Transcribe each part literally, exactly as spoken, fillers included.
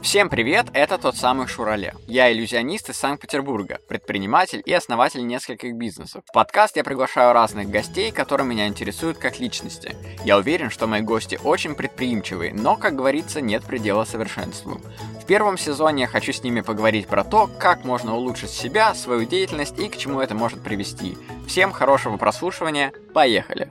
Всем привет, это тот самый Шурале. Я иллюзионист из Санкт-Петербурга, предприниматель и основатель нескольких бизнесов. В подкаст я приглашаю разных гостей, которые меня интересуют как личности. Я уверен, что мои гости очень предприимчивые, но, как говорится, нет предела совершенству. В первом сезоне я хочу с ними поговорить про то, как можно улучшить себя, свою деятельность и к чему это может привести. Всем хорошего прослушивания, поехали!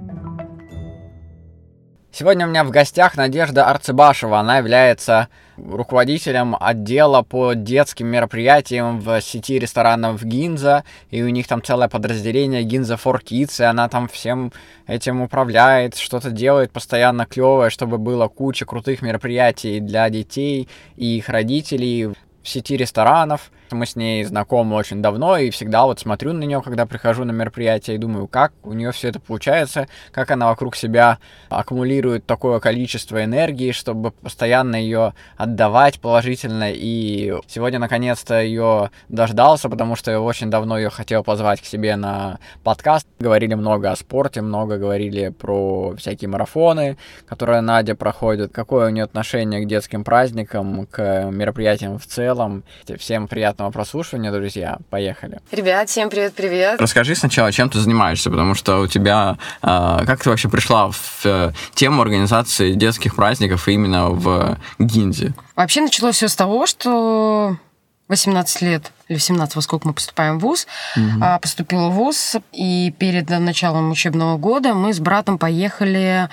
Сегодня у меня в гостях Надежда Арцебашева. Она является руководителем отдела по детским мероприятиям в сети ресторанов Гинза, и у них там целое подразделение Гинза for Kids, и она там всем этим управляет, что-то делает постоянно клевое, чтобы было куча крутых мероприятий для детей и их родителей в сети ресторанов. Мы с ней знакомы очень давно, и всегда вот смотрю на нее, когда прихожу на мероприятие, и думаю, как у нее все это получается, как она вокруг себя аккумулирует такое количество энергии, чтобы постоянно ее отдавать положительно. И сегодня наконец-то ее дождался, потому что я очень давно ее хотел позвать к себе на подкаст. Говорили много о спорте, много говорили про всякие марафоны, которые Надя проходит, какое у нее отношение к детским праздникам, к мероприятиям в целом. Всем приятного прослушивания, друзья. Поехали. Ребят, всем привет-привет. Расскажи сначала, чем ты занимаешься, потому что у тебя... Э, как ты вообще пришла в э, тему организации детских праздников именно в Гинзе? Вообще началось все с того, что восемнадцать лет или семнадцать, во сколько мы поступаем в вуз, угу. поступила в вуз, и перед началом учебного года мы с братом поехали...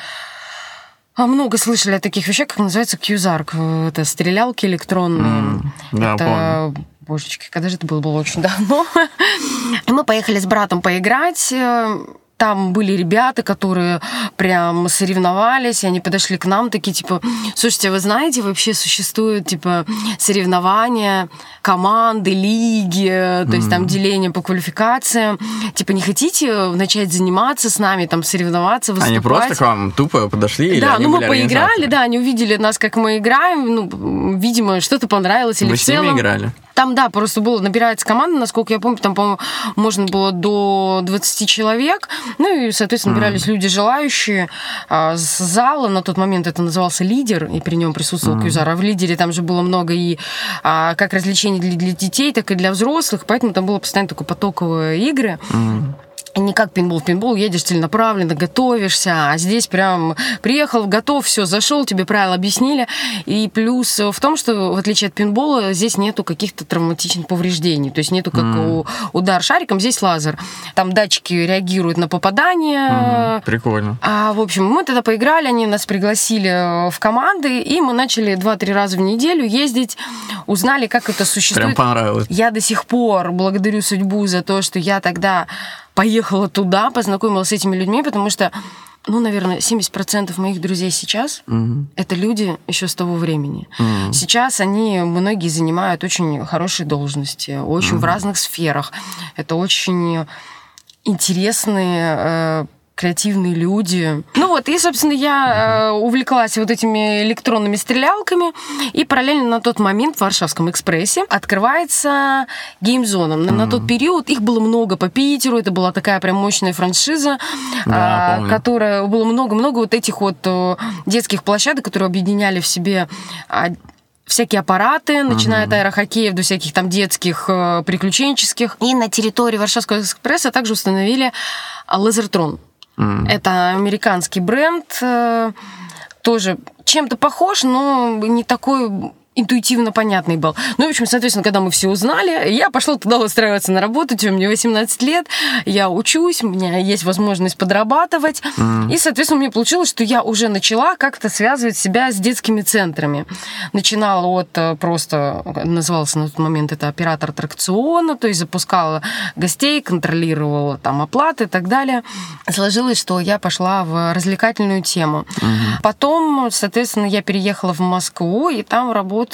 Много слышали о таких вещах, как называется кьюзарк. Это стрелялки электронные. Mm, да, это... помню. Божечки, когда же это было? Было очень давно. И мы поехали с братом поиграть. Там были ребята, которые прям соревновались, и они подошли к нам, такие, типа, слушайте, вы знаете, вообще существуют, типа, соревнования, команды, лиги, mm-hmm. то есть там деление по квалификациям. Типа, не хотите начать заниматься с нами, там, соревноваться, выступать? Они просто к вам тупо подошли? Или да, они ну мы были поиграли, да, они увидели нас, как мы играем, ну, видимо, что-то понравилось. Или вы в с целом... ними играли? Там, да, просто было, набирается команда, насколько я помню, там, по-моему, можно было до двадцати человек. Ну и, соответственно, набирались mm. люди желающие. А, с зала, на тот момент это назывался «Лидер», и при нем присутствовал mm. кьюзар. А в «Лидере» там же было много и а, как развлечений для, для детей, так и для взрослых, поэтому там было постоянно только потоковые игры. Mm. Не как пейнтбол. В пейнтбол едешь целенаправленно, готовишься, а здесь прям приехал, готов, все, зашел, тебе правила объяснили. И плюс в том, что в отличие от пейнтбола здесь нету каких-то травматичных повреждений. То есть нету как mm. у, удар шариком, здесь лазер. Там датчики реагируют на попадание. Mm. Прикольно. А, в общем, мы тогда поиграли, они нас пригласили в команды, и мы начали два-три раза в неделю ездить, узнали, как это существует. Прям понравилось. Я до сих пор благодарю судьбу за то, что я тогда поехала туда, познакомилась с этими людьми, потому что, ну, наверное, семьдесят процентов моих друзей сейчас mm-hmm. это люди еще с того времени. Mm-hmm. Сейчас они, многие занимают очень хорошие должности, очень mm-hmm. в разных сферах. Это очень интересные... Э, креативные люди. Ну вот, и, собственно, я э, увлеклась вот этими электронными стрелялками, и параллельно на тот момент в Варшавском экспрессе открывается геймзона. Mm-hmm. На, на тот период их было много по Питеру, это была такая прям мощная франшиза, да, э, которая... Было много-много вот этих вот э, детских площадок, которые объединяли в себе... Э, всякие аппараты, начиная от uh-huh. аэрохоккеев до всяких там детских, э, приключенческих. И на территории Варшавского экспресса также установили Лазертрон. Mm. Это американский бренд, э, тоже чем-то похож, но не такой интуитивно понятный был. Ну, в общем, соответственно, когда мы все узнали, я пошла туда устраиваться на работу, тем, мне восемнадцать лет, я учусь, у меня есть возможность подрабатывать, mm. и, соответственно, у меня получилось, что я уже начала как-то связывать себя с детскими центрами. Начинала от просто, назывался на тот момент это оператор аттракциона, то есть запускала гостей, контролировала там оплаты и так далее. Сложилось, что я пошла в развлекательную тему. Mm-hmm. Потом, соответственно, я переехала в Москву, и там работала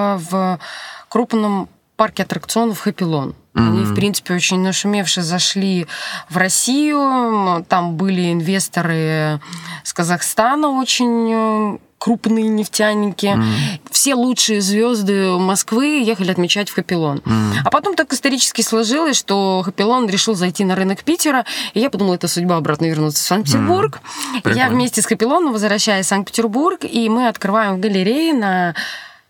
в крупном парке аттракционов «Хэппилон». Mm-hmm. Они, в принципе, очень нашумевшие зашли в Россию. Там были инвесторы с Казахстана очень крупные нефтяники. Mm. Все лучшие звезды Москвы ехали отмечать в Хэппилон. Mm. А потом так исторически сложилось, что Хэппилон решил зайти на рынок Питера, и я подумала, это судьба обратно вернуться в Санкт-Петербург. Mm. Я вместе с Хэппилоном возвращаюсь в Санкт-Петербург, и мы открываем галереи на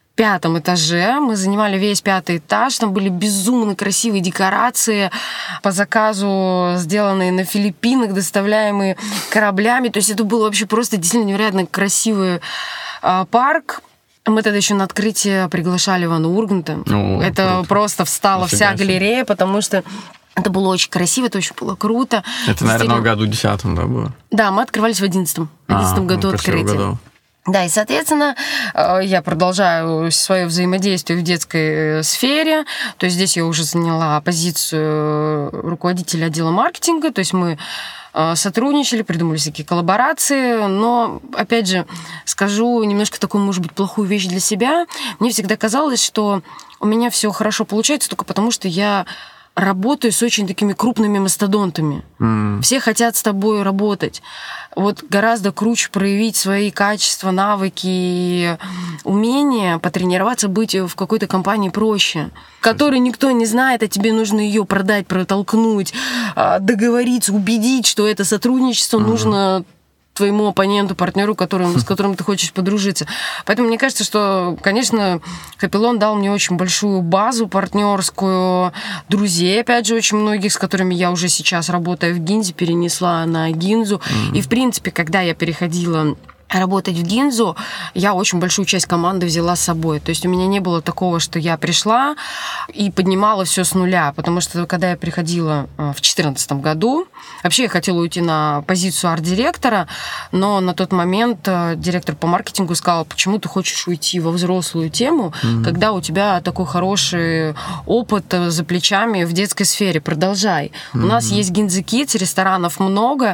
пятом этаже. Мы занимали весь пятый этаж. Там были безумно красивые декорации по заказу, сделанные на Филиппинах, доставляемые кораблями. То есть это был вообще просто действительно невероятно красивый а, парк. Мы тогда еще на открытие приглашали Ивана Урганта. О, это круто. Просто встала Нифига вся галерея, потому что это было очень красиво, это очень было круто. Это, наверное, в году десятом, да, было? Да, мы открывались в одиннадцатом. В одиннадцатом году ну, открытия. Да, и, соответственно, я продолжаю свое взаимодействие в детской сфере. То есть здесь я уже заняла позицию руководителя отдела маркетинга. То есть мы сотрудничали, придумали всякие коллаборации. Но, опять же, скажу немножко такую, может быть, плохую вещь для себя. Мне всегда казалось, что у меня все хорошо получается только потому, что я работаю с очень такими крупными мастодонтами. Mm. Все хотят с тобой работать. Вот гораздо круче проявить свои качества, навыки, умения, потренироваться, быть в какой-то компании проще, которой никто не знает, а тебе нужно ее продать, протолкнуть, договориться, убедить, что это сотрудничество mm. нужно твоему оппоненту, партнеру, которым, с которым ты хочешь подружиться. Поэтому мне кажется, что, конечно, Хапилон дал мне очень большую базу партнерскую, друзей, опять же, очень многих, с которыми я уже сейчас, работая в Гинзе, перенесла на Гинзу. Mm-hmm. И, в принципе, когда я переходила работать в Гинзу, я очень большую часть команды взяла с собой. То есть у меня не было такого, что я пришла и поднимала все с нуля, потому что когда я приходила в две тысячи четырнадцатом году, вообще я хотела уйти на позицию арт-директора, но на тот момент директор по маркетингу сказал, почему ты хочешь уйти во взрослую тему, mm-hmm. когда у тебя такой хороший опыт за плечами в детской сфере, продолжай. Mm-hmm. У нас есть Ginza Kids, ресторанов много,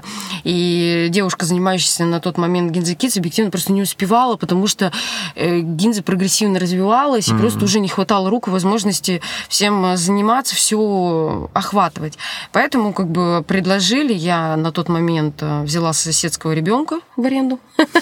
и девушка, занимающаяся на тот момент Ginza Kids, объективно просто не успевала, потому что Гинза прогрессивно развивалась, mm-hmm. и просто уже не хватало рук и возможности всем заниматься, все охватывать. Поэтому как бы предложили, я на тот момент взяла соседского ребенка в аренду,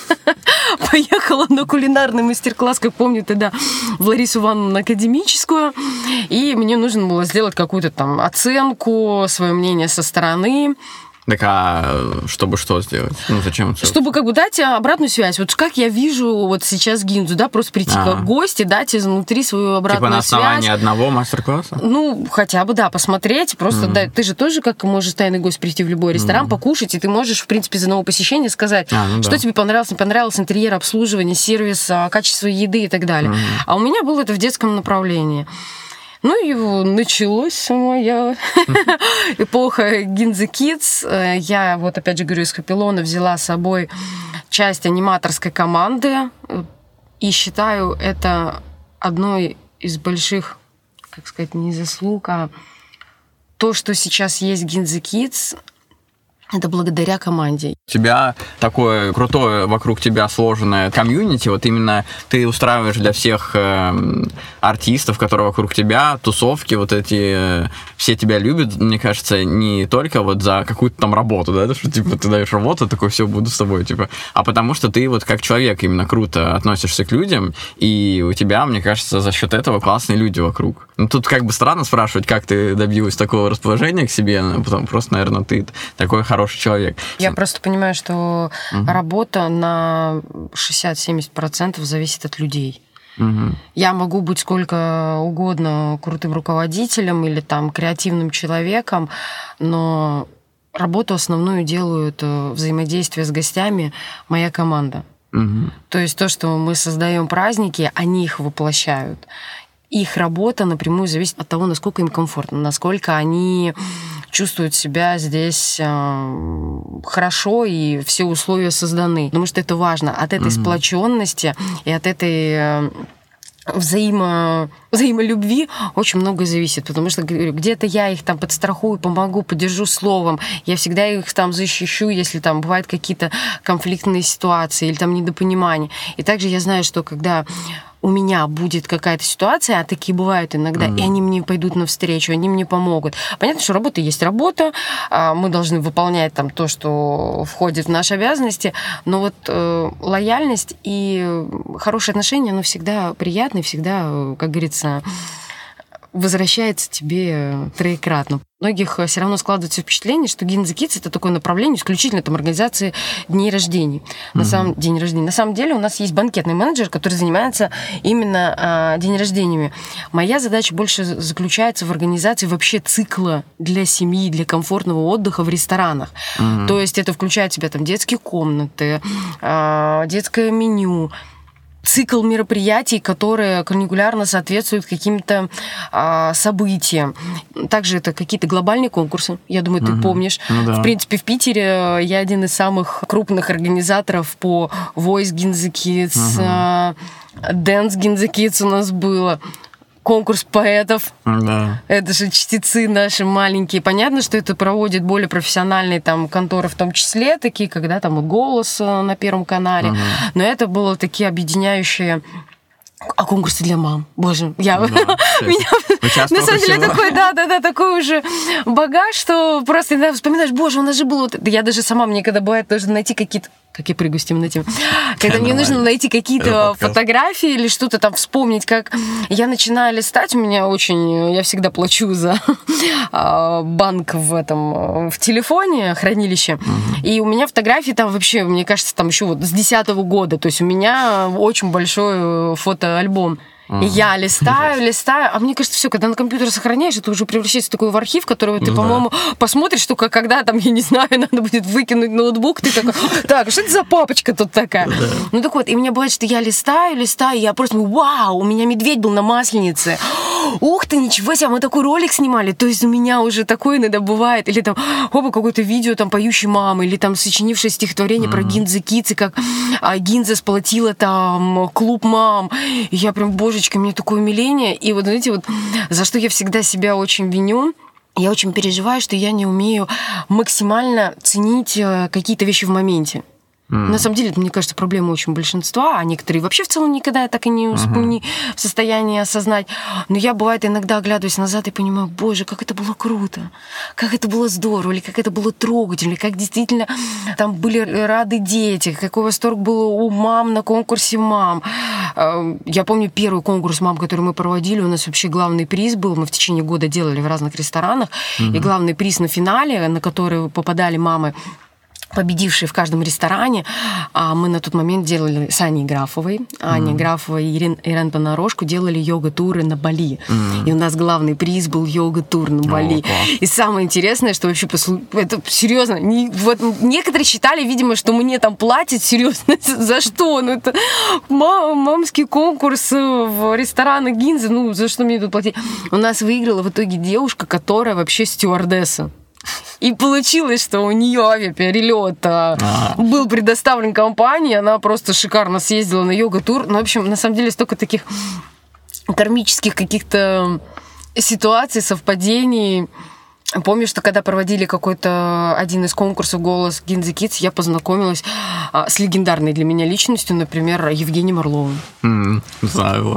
поехала на кулинарный мастер-класс, как помню тогда, в Ларису Ивановну на академическую, и мне нужно было сделать какую-то там оценку, свое мнение со стороны. Так, а чтобы что сделать? Ну, зачем это? Чтобы как бы дать обратную связь. Вот как я вижу вот сейчас Гинзу, да, просто прийти А-а-а. как гости, дать изнутри свою обратную связь. Типа на основании связь. одного мастер-класса? Ну, хотя бы, да, посмотреть. Просто, mm-hmm. да, ты же тоже как можешь тайный гость прийти в любой ресторан, mm-hmm. покушать, и ты можешь, в принципе, за новое посещение сказать, а, ну, что да. тебе понравилось, не понравилось, интерьер, обслуживание, сервис, качество еды и так далее. Mm-hmm. А у меня было это в детском направлении. Ну и началась моя эпоха Ginza Kids. Я, вот опять же говорю, из Хапилона взяла с собой часть аниматорской команды и считаю это одной из больших, как сказать, не заслуг, а то, что сейчас есть Ginza Kids, это благодаря команде. У тебя такое крутое вокруг тебя сложенное комьюнити, вот именно ты устраиваешь для всех э, артистов, которые вокруг тебя, тусовки, вот эти, э, все тебя любят, мне кажется, не только вот за какую-то там работу, да, что типа ты даешь работу, такой, все, буду с тобой, типа, а потому что ты вот как человек именно круто относишься к людям, и у тебя, мне кажется, за счет этого классные люди вокруг. Ну, тут как бы странно спрашивать, как ты добилась такого расположения к себе, потому просто, наверное, ты такой хороший человек. Я просто понимаю, что угу. работа на шестьдесят-семьдесят процентов зависит от людей. Угу. Я могу быть сколько угодно крутым руководителем или там креативным человеком, но работу основную делают взаимодействие с гостями моя команда. Угу. То есть то, что мы создаем праздники, они их воплощают. Их работа напрямую зависит от того, насколько им комфортно, насколько они чувствуют себя здесь э, хорошо, и все условия созданы. Потому что это важно. От этой mm-hmm. сплоченности и от этой э, взаимо, взаимолюбви очень многое зависит. Потому что где-то я их там подстрахую, помогу, поддержу словом. Я всегда их там защищу, если там бывают какие-то конфликтные ситуации или там недопонимания. И также я знаю, что когда у меня будет какая-то ситуация, а такие бывают иногда, mm-hmm. и они мне пойдут навстречу, они мне помогут. Понятно, что работа есть работа, мы должны выполнять там то, что входит в наши обязанности, но вот э, лояльность и хорошие отношения, оно всегда приятно, всегда, как говорится, возвращается тебе троекратно. У многих все равно складывается впечатление, что Ginza Kids — это такое направление исключительно там организации дней рождений. На mm-hmm. самом день рождения. На самом деле у нас есть банкетный менеджер, который занимается именно а, день рождениями. Моя задача больше заключается в организации вообще цикла для семьи, для комфортного отдыха в ресторанах. Mm-hmm. То есть это включает в себя там детские комнаты, а, детское меню, цикл мероприятий, которые конъюнктурно соответствуют каким-то а, событиям. Также это какие-то глобальные конкурсы. Я думаю, ты угу. помнишь. Ну, да. В принципе, в Питере я один из самых крупных организаторов по Voice Ginza Kids, угу. а, Dance Ginza Kids у нас было. Конкурс поэтов. Да. Это же чтецы наши маленькие. Понятно, что это проводят более профессиональные там конторы, в том числе такие, когда там и «Голос» на Первом канале. Угу. Но это было такие объединяющие... А конкурсы для мам. Боже, я... Да, меня... На самом деле такой, да-да-да, такой уже багаж, что просто иногда вспоминаешь, боже, у нас же было... Вот... Я даже сама, мне когда бывает, нужно найти какие-то... Как я прыгаю с темноте. Когда мне нужно найти какие-то фотографии или что-то там вспомнить, как я начинаю листать, у меня очень... Я всегда плачу за банк в этом, в телефоне, хранилище. И у меня фотографии там вообще, мне кажется, там еще вот с десятого года. То есть у меня очень большой фотоальбом. И я листаю, листаю, а мне кажется, все, когда на компьютере сохраняешь, это уже превращается в такой в архив, который ты, ну, по-моему, да. посмотришь, только когда там, я не знаю, надо будет выкинуть ноутбук, ты такой, так, что это за папочка тут такая? Да. Ну так вот, и мне бывает, что я листаю, листаю, я просто, вау, у меня медведь был на Масленице. Ух ты, ничего себе, мы такой ролик снимали, то есть у меня уже такое иногда бывает, или там, оба, какое-то видео там поющей мамы, или там сочинившее стихотворение mm-hmm. про Ginza Kids, и как а, Гинза сплотила там клуб мам, и я прям, божечки, мне такое умиление, и вот, знаете, вот за что я всегда себя очень виню, я очень переживаю, что я не умею максимально ценить какие-то вещи в моменте. Mm. На самом деле, это, мне кажется, проблема очень большинства, а некоторые вообще в целом никогда так и не, uh-huh. не в состоянии осознать. Но я, бывает, иногда оглядываюсь назад и понимаю, боже, как это было круто, как это было здорово, или как это было трогательно, как действительно там были рады дети, какой восторг был у мам на конкурсе мам. Я помню первый конкурс мам, который мы проводили, у нас вообще главный приз был, мы в течение года делали в разных ресторанах, uh-huh. и главный приз на финале, на который попадали мамы, победившие в каждом ресторане. А мы на тот момент делали с Аней Графовой. Аня mm. Графова и Ирин, Ирен Понарошку делали йога-туры на Бали. Mm. И у нас главный приз был йога-тур на Бали. Oh, и самое интересное, что вообще... Послу... Это серьезно. Не... Вот некоторые считали, видимо, что мне там платят серьезно. За что? Ну, это мам... мамский конкурс в ресторанах Гинзы. Ну, за что мне тут платить? У нас выиграла в итоге девушка, которая вообще стюардесса. И получилось, что у нее авиаперелет а, был предоставлен компании, она просто шикарно съездила на йога-тур. Ну, в общем, на самом деле, столько таких кармических каких-то ситуаций, совпадений. Помню, что когда проводили какой-то один из конкурсов «Голос Ginza Kids», я познакомилась а, с легендарной для меня личностью, например, Евгением Орловым. Mm, знаю его.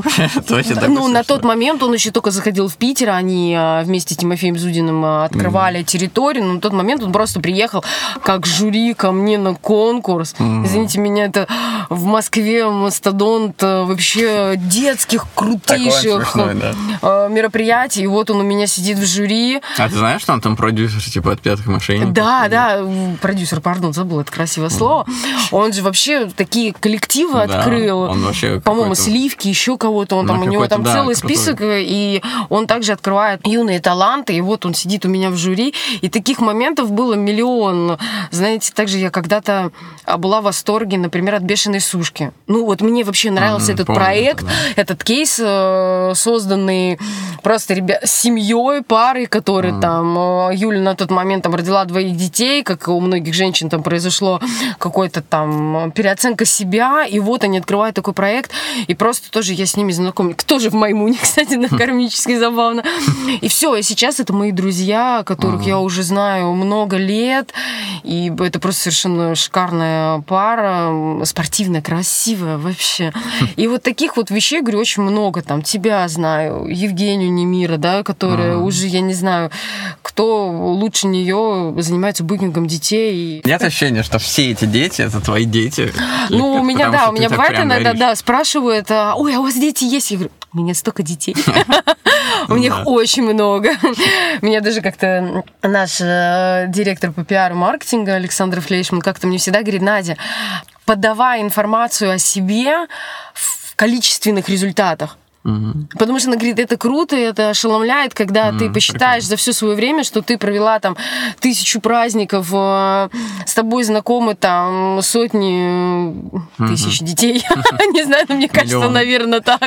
Ну, на тот момент он еще только заходил в Питер, они а, вместе с Тимофеем Зудиным а, открывали mm. территорию, но на тот момент он просто приехал как жюри ко мне на конкурс. Mm. Извините меня, это в Москве мастодонт вообще детских крутейших смешной, да. мероприятий, и вот он у меня сидит в жюри. А ты знаешь, что он там продюсер, типа, от «Пятых мошенников»? Да, да, продюсер, пардон, забыла это красивое слово. Он же вообще такие коллективы да, открыл. Он вообще по-моему, Сливки, еще кого-то. Он ну, там, у него там да, целый крутой. Список, и он также открывает юные таланты, и вот он сидит у меня в жюри. И таких моментов было миллион. Знаете, также я когда-то была в восторге, например, от «Бешеной сушки». Ну, вот мне вообще нравился mm, этот помню, проект, это, да. этот кейс, созданный просто ребят, с семьей, парой, которые mm. там... Юля на тот момент там родила двоих детей, как у многих женщин там произошло какой-то там переоценка себя, и вот они открывают такой проект, и просто тоже я с ними знакомлюсь. Тоже в Маймуне, кстати, на кармически забавно. И все, и сейчас это мои друзья, которых mm. я уже знаю много лет, и это просто совершенно шикарная пара, спортивная, красивая вообще. И вот таких вот вещей, говорю, очень много. Там тебя знаю, Евгению Немира, да, которая mm. уже, я не знаю, кто лучше нее занимается букингом детей. Нет ощущения, что все эти дети — это твои дети? Ну, у меня, да, у меня бывает иногда, да, спрашивают, ой, а у вас дети есть? Я говорю, у меня столько детей. У них очень много. Меня даже как-то наш директор по пиару маркетинга Александр Флейшман как-то мне всегда говорит: Надя, подавай информацию о себе в количественных результатах. Угу. Потому что она говорит, это круто, это ошеломляет, когда mm, ты посчитаешь прикольно. За все свое время, что ты провела там тысячу праздников, с тобой знакомы там сотни mm-hmm. тысяч детей. Не знаю, но мне кажется, наверное, так.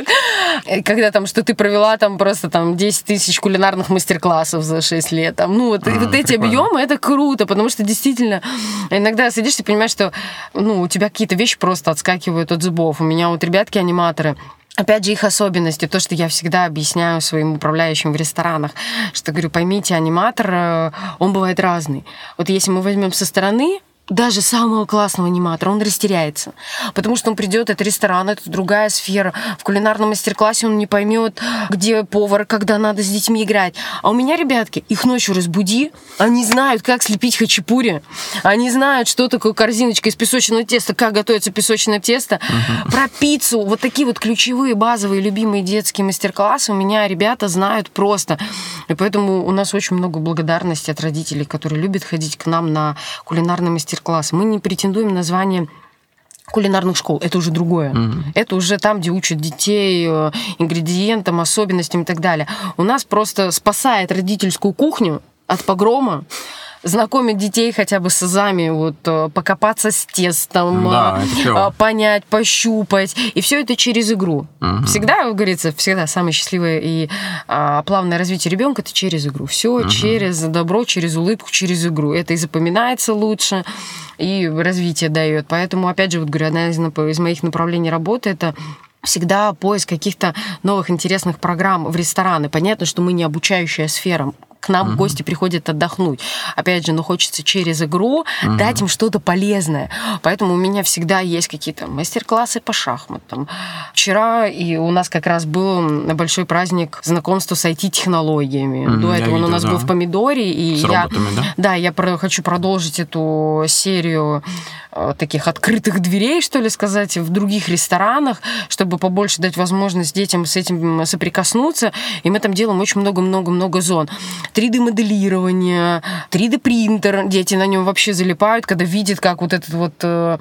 Когда там, что ты провела там просто там десять тысяч кулинарных мастер-классов за шесть лет. Там, ну, вот, вот эти объемы, это круто, потому что действительно иногда садишься и понимаешь, что ну, у тебя какие-то вещи просто отскакивают от зубов. У меня вот ребятки-аниматоры, опять же, их особенности, то, что я всегда объясняю своим управляющим в ресторанах, что, говорю, поймите, аниматор, он бывает разный. Вот если мы возьмем со стороны, даже самого классного аниматора, он растеряется. Потому что он придет, это ресторан, это другая сфера. В кулинарном мастер-классе он не поймет, где повар, когда надо с детьми играть. А у меня, ребятки, их ночью разбуди, они знают, как слепить хачапури, они знают, что такое корзиночка из песочного теста, как готовится песочное тесто. Uh-huh. Про пиццу, вот такие вот ключевые, базовые, любимые детские мастер-классы у меня ребята знают просто. И поэтому у нас очень много благодарности от родителей, которые любят ходить к нам на кулинарный мастер-класс. Мы не претендуем на звание кулинарных школ, это уже другое. Mm-hmm. Это уже там, где учат детей ингредиентам, особенностям и так далее. У нас просто спасает родительскую кухню от погрома, знакомить детей хотя бы с азами, вот, покопаться с тестом, да, понять, пощупать. И все это через игру. Угу. Всегда, как говорится, всегда самое счастливое и а, плавное развитие ребенка это через игру. Все угу. через добро, через улыбку, через игру. Это и запоминается лучше, и развитие дает. Поэтому, опять же, вот говорю, одна из, из моих направлений работы это всегда поиск каких-то новых интересных программ в рестораны. Понятно, что мы не обучающая сфера. К нам uh-huh. гости приходят отдохнуть. Опять же, но хочется через игру uh-huh. дать им что-то полезное. Поэтому у меня всегда есть какие-то мастер-классы по шахматам. Вчера и у нас как раз был большой праздник знакомства с ай ти-технологиями. Uh-huh. До этого он у нас да. был в Помидоре. И с я, роботами, да? Да, я про, хочу продолжить эту серию таких открытых дверей, что ли сказать, в других ресторанах, чтобы побольше дать возможность детям с этим соприкоснуться. И мы там делаем очень много-много-много зон. три дэ-моделирование, три дэ-принтер. Дети на нем вообще залипают, когда видят, как вот этот вот э,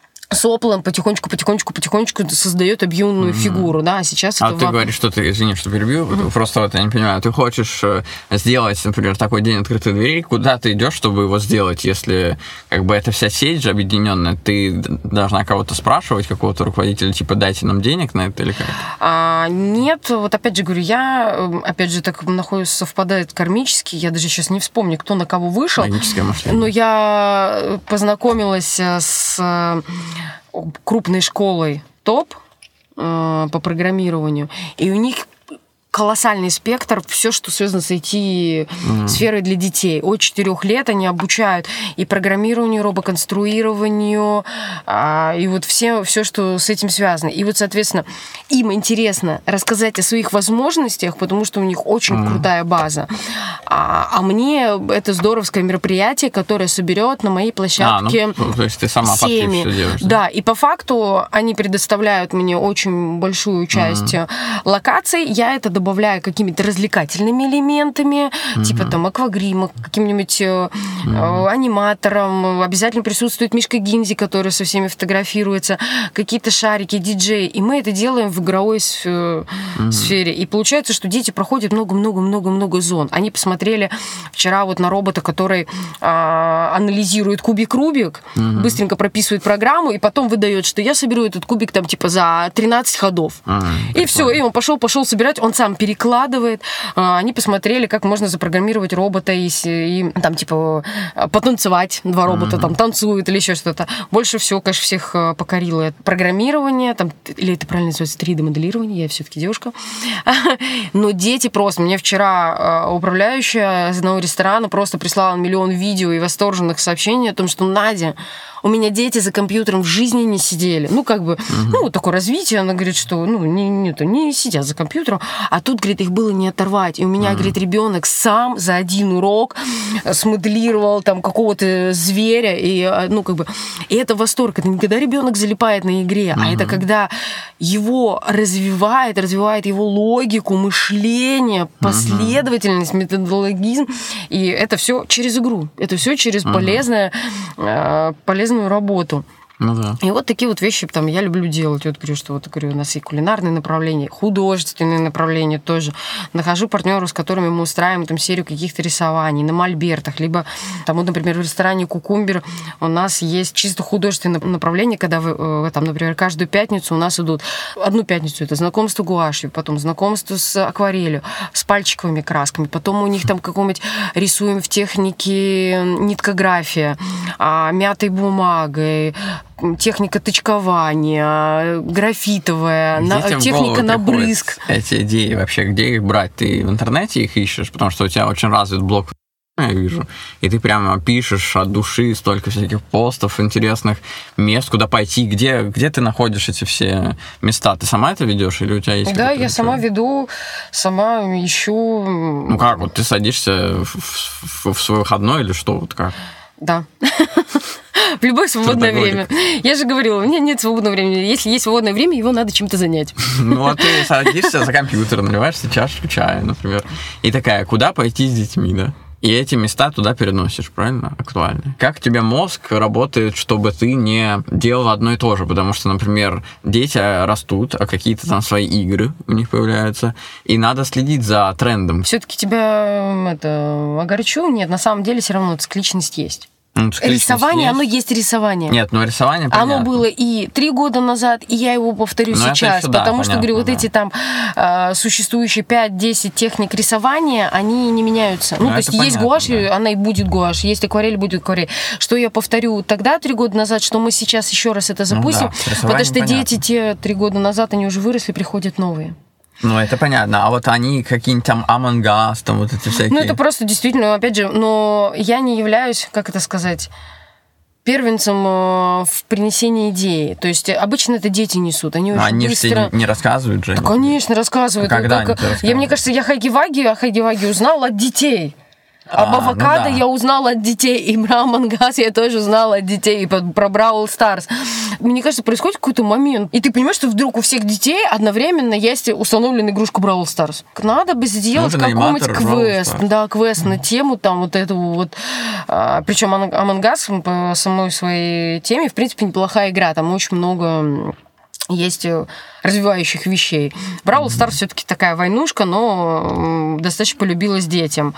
соплом потихонечку, потихонечку, потихонечку создает объемную mm-hmm. фигуру, да, а сейчас а это... ты в... говоришь, что ты, извини, что перебью, mm-hmm. просто вот я не понимаю, ты хочешь сделать, например, такой день открытых дверей, куда ты идешь, чтобы его сделать, если как бы эта вся сеть же объединенная, ты должна кого-то спрашивать, какого-то руководителя, типа, дайте нам денег на это или как? А, нет, вот опять же говорю, я, опять же, так нахожусь, совпадает кармически, я даже сейчас не вспомню, кто на кого вышел. Магическое мышление. Но я познакомилась с крупной школой ТОП э, по программированию, и у них колоссальный спектр, все, что связано с ай ти-сферой mm. для детей. От четырех лет они обучают и программированию, робоконструированию, а, и вот все, все, что с этим связано. И вот, соответственно, им интересно рассказать о своих возможностях, потому что у них очень mm. крутая база. А, а мне это здоровское мероприятие, которое соберет на моей площадке а, ну, то есть ты сама семьи. Все делаешь, да? Да, и по факту они предоставляют мне очень большую часть mm. локаций. Я это добавляю добавляю какими-то развлекательными элементами, mm-hmm. типа там аквагрима, каким-нибудь mm-hmm. аниматором. Обязательно присутствует Мишка Гинзи, который со всеми фотографируется, какие-то шарики, диджеи. И мы это делаем в игровой mm-hmm. сфере. И получается, что дети проходят много-много-много-много зон. Они посмотрели вчера вот на робота, который а, анализирует кубик-рубик, mm-hmm. быстренько прописывает программу, и потом выдает, что я соберу этот кубик там типа за тринадцать ходов. Mm-hmm. И все, и он пошел, пошел собирать, он сам перекладывает. Они посмотрели, как можно запрограммировать робота и, и там, типа, потанцевать. Два робота mm-hmm. там танцуют или еще что-то. Больше всего, конечно, всех покорило это программирование, там, или это правильно называется три дэ-моделирование, я все-таки девушка. Но дети просто... Мне вчера управляющая из одного ресторана просто прислала миллион видео и восторженных сообщений о том, что Надя, у меня дети за компьютером в жизни не сидели. Ну, как бы, uh-huh. ну, такое развитие. Она говорит, что, ну, не, не, не сидят за компьютером. А тут, говорит, их было не оторвать. И у меня, mm-hmm. говорит, ребенок сам за один урок смоделировал там какого-то зверя, и, ну, как бы, и это восторг. Это не когда ребенок залипает на игре, mm-hmm. а это когда его развивает, развивает его логику, мышление, последовательность, mm-hmm. методологизм, и это все через игру, это все через mm-hmm. полезное, э, полезную работу. Ну, да. И вот такие вот вещи там я люблю делать. Вот говорю, что вот говорю, у нас и кулинарные направления, художественные направления тоже. Нахожу партнеров, с которыми мы устраиваем там серию каких-то рисований на мольбертах, либо там, вот, например, в ресторане «Кукумбер» у нас есть чисто художественное направление, когда вы, там, например, каждую пятницу у нас идут, одну пятницу это знакомство гуашью, потом знакомство с акварелью, с пальчиковыми красками, потом у них там какого-нибудь рисуем в технике ниткография, мятой бумагой, техника тычкования, графитовая, на, техника набрызг. Эти идеи вообще, где их брать? Ты в интернете их ищешь, потому что у тебя очень развит блог, я вижу, и ты прямо пишешь от души столько всяких постов, интересных мест, куда пойти, где, где ты находишь эти все места? Ты сама это ведешь или у тебя есть? Да, я сама веду, сама ищу. Ну как, вот ты садишься в, в, в свой выходной или что? Вот как? Да. В любое свободное время. Я же говорила, у меня нет свободного времени. Если есть свободное время, его надо чем-то занять. Ну, а ты садишься за компьютер, наливаешь себе чашку чая, например, и такая, куда пойти с детьми, да? И эти места туда переносишь, правильно? Актуально. Как у тебя мозг работает, чтобы ты не делал одно и то же? Потому что, например, дети растут, а какие-то там свои игры у них появляются, и надо следить за трендом. Все-таки тебя это, огорчу? Нет, на самом деле все равно цикличность есть. Ну, рисование, есть. Оно есть рисование. Нет, ну рисование понятно. Оно было и три года назад, и я его повторю ну, сейчас, еще, да, потому понятно, что, говорю, вот да. эти там э, существующие пять-десять техник рисования, они не меняются. Ну, ну то есть понятно, есть гуашь, да. Она и будет гуашь, есть акварель, будет акварель. Что я повторю тогда, три года назад, что мы сейчас еще раз это запустим, ну, да, потому что понятно. Дети те три года назад, они уже выросли, приходят новые. Ну, это понятно. А вот они какие-нибудь там Among Us, там вот эти всякие... Ну, это просто действительно, опять же, но я не являюсь, как это сказать... первенцем в принесении идеи. То есть обычно это дети несут. Они очень они быстро... же не рассказывают же. Да, конечно, рассказывают. А когда как... они рассказывают? Я, мне кажется, я Хайги-Ваги, а Хайги-Ваги узнал от детей. Об а, авокадо ну да. я узнала от детей, и про Among Us я тоже узнала от детей, и про Бравл Старс. Мне кажется, происходит какой-то момент, и ты понимаешь, что вдруг у всех детей одновременно есть установленная игрушка Бравл Старс. Надо бы сделать какой-нибудь квест, да, квест на тему там вот этого вот. А, причем Among Us по самой своей теме, в принципе, неплохая игра, там очень много... есть развивающих вещей. Бравл Старс все-таки такая войнушка, но достаточно полюбилась детям.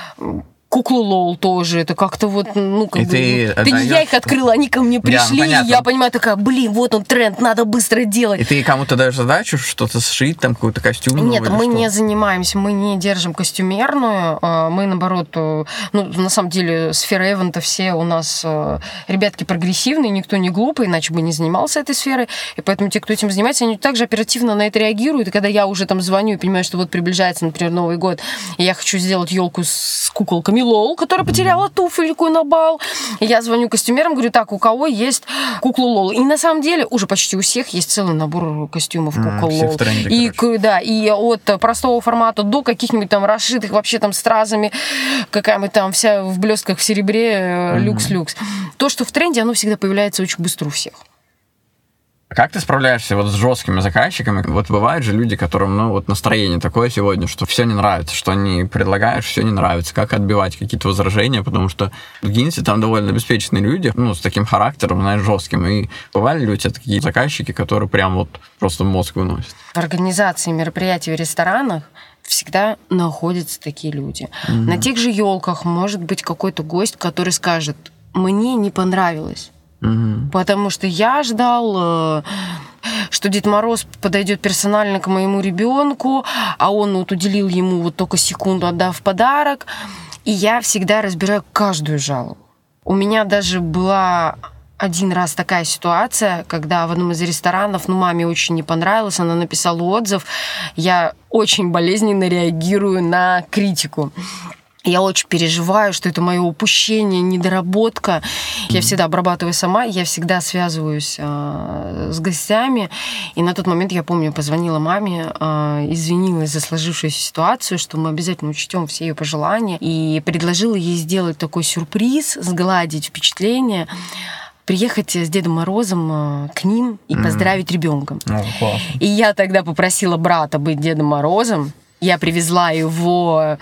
Куклу Лол тоже, это как-то вот, ну, как и бы... Ты, ты не я их открыла, они ко мне пришли, да, ну, и я понимаю, такая, блин, вот он тренд, надо быстро делать. И ты кому-то даешь задачу что-то сшить, там, какой-то костюм? Нет, мы что? не занимаемся, мы не держим костюмерную, мы, наоборот, ну, на самом деле, сфера эвента все у нас ребятки прогрессивные, никто не глупый, иначе бы не занимался этой сферой, и поэтому те, кто этим занимается, они также оперативно на это реагируют, и когда я уже там звоню и понимаю, что вот приближается, например, Новый год, и я хочу сделать елку с куколками Лол, которая потеряла туфельку на бал. И я звоню костюмерам, говорю, так, у кого есть куклу Лол? И на самом деле уже почти у всех есть целый набор костюмов кукол mm, Лол. Тренде, и, да, и от простого формата до каких-нибудь там расшитых вообще там стразами, какая-нибудь там вся в блестках в серебре, люкс-люкс. Mm-hmm. То, что в тренде, оно всегда появляется очень быстро у всех. Как ты справляешься вот с жесткими заказчиками? Вот бывают же люди, которым, ну, вот настроение такое сегодня, что все не нравится, что они предлагают, все не нравится. Как отбивать какие-то возражения? Потому что в Гинзе там довольно обеспеченные люди, ну, с таким характером, знаешь, жестким. И бывали ли у тебя такие заказчики, которые прям вот просто мозг выносят? В организации мероприятий в ресторанах всегда находятся такие люди. Mm-hmm. На тех же елках может быть какой-то гость, который скажет, мне не понравилось. Угу. Потому что я ждал, что Дед Мороз подойдет персонально к моему ребенку, а он вот уделил ему вот только секунду, отдав подарок. И я всегда разбираю каждую жалобу. У меня даже была один раз такая ситуация, когда в одном из ресторанов, ну, маме очень не понравилось, она написала отзыв. Я очень болезненно реагирую на критику. Я очень переживаю, что это мое упущение, недоработка. Я всегда обрабатываю сама, я всегда связываюсь э, с гостями. И на тот момент, я помню, позвонила маме, э, извинилась за сложившуюся ситуацию, что мы обязательно учтем все ее пожелания. И предложила ей сделать такой сюрприз, сгладить впечатление, приехать с Дедом Морозом к ним и поздравить mm. ребенка. Oh, и я тогда попросила брата быть Дедом Морозом. Я привезла его,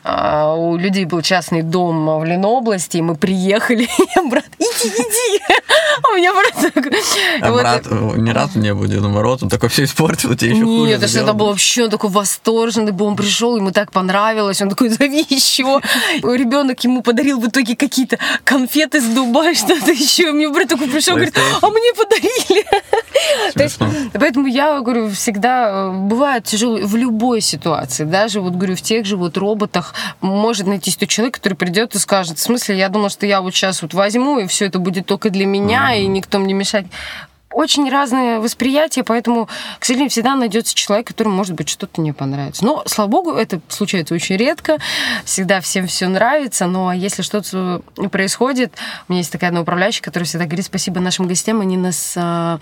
у людей был частный дом в Ленобласти, и мы приехали, и брат, иди, иди, а у меня брат такой... А вот брат так... ни разу не был Дедом Морозом, такой все испортил, тебе еще хуже. Нет, это что-то было вообще, он такой восторженный был, он пришел, ему так понравилось, он такой, зови еще. Ребенок ему подарил в итоге какие-то конфеты с Дубая, что-то еще. Мне брат такой пришел, говорит, а мне подарили. То есть, поэтому я говорю, всегда бывает тяжело в любой ситуации. Даже, вот говорю, в тех же вот роботах может найтись тот человек, который придет и скажет, в смысле, я думал, что я вот сейчас вот возьму, и все это будет только для меня, mm-hmm. и никто мне мешать. Очень разные восприятия, поэтому, к сожалению, всегда найдется человек, которому, может быть, что-то не понравится. Но, слава богу, это случается очень редко. Всегда всем все нравится, но если что-то происходит, у меня есть такая одна управляющая, которая всегда говорит спасибо нашим гостям, они нас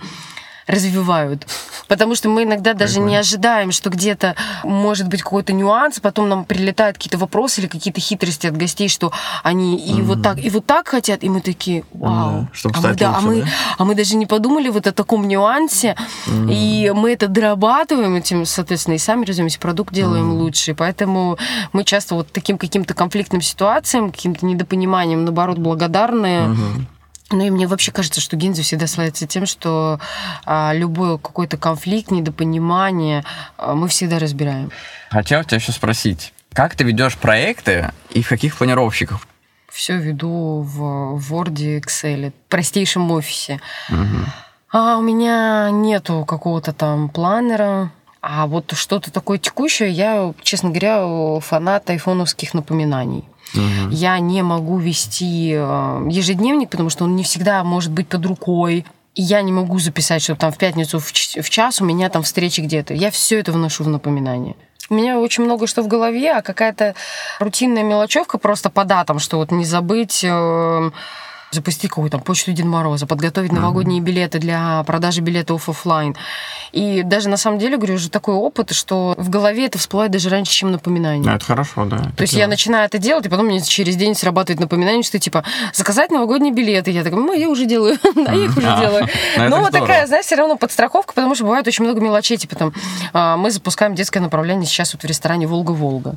развивают. Потому что мы иногда даже Прикольно. не ожидаем, что где-то может быть какой-то нюанс, потом нам прилетают какие-то вопросы или какие-то хитрости от гостей, что они и mm-hmm. вот так, и вот так хотят, и мы такие, вау. Mm-hmm. А, мы, да, лучше, а, мы, да? а мы даже не подумали вот о таком нюансе, mm-hmm. и мы это дорабатываем этим, соответственно, и сами развиваемся, продукт делаем mm-hmm. лучше. Поэтому мы часто вот таким каким-то конфликтным ситуациям, каким-то недопониманием, наоборот, благодарны. Mm-hmm. Ну и мне вообще кажется, что Гинза всегда славится тем, что а, любой какой-то конфликт, недопонимание а, мы всегда разбираем. Хотел тебя еще спросить, как ты ведешь проекты и в каких планировщиках? Все веду в Word, Excel, в простейшем офисе. Угу. А у меня нету какого-то там планера. А вот что-то такое текущее, я, честно говоря, фанат айфоновских напоминаний. Uh-huh. Я не могу вести ежедневник, потому что он не всегда может быть под рукой. И я не могу записать, что там в пятницу в час у меня там встречи где-то. Я все это вношу в напоминание. У меня очень много что в голове, а какая-то рутинная мелочевка просто по датам, что вот не забыть... запустить какую-то там почту Деда Мороза, подготовить новогодние билеты для продажи билетов офлайн. И даже на самом деле, говорю, уже такой опыт, что в голове это всплывает даже раньше, чем напоминание. Да, это хорошо, да. То есть я начинаю это делать, и потом мне через день срабатывает напоминание, что типа заказать новогодние билеты. Я такая, ну, я уже делаю. Да, я их уже делаю. Но вот такая, знаешь, все равно подстраховка, потому что бывает очень много мелочей. Типа там мы запускаем детское направление сейчас вот в ресторане «Волга-Волга».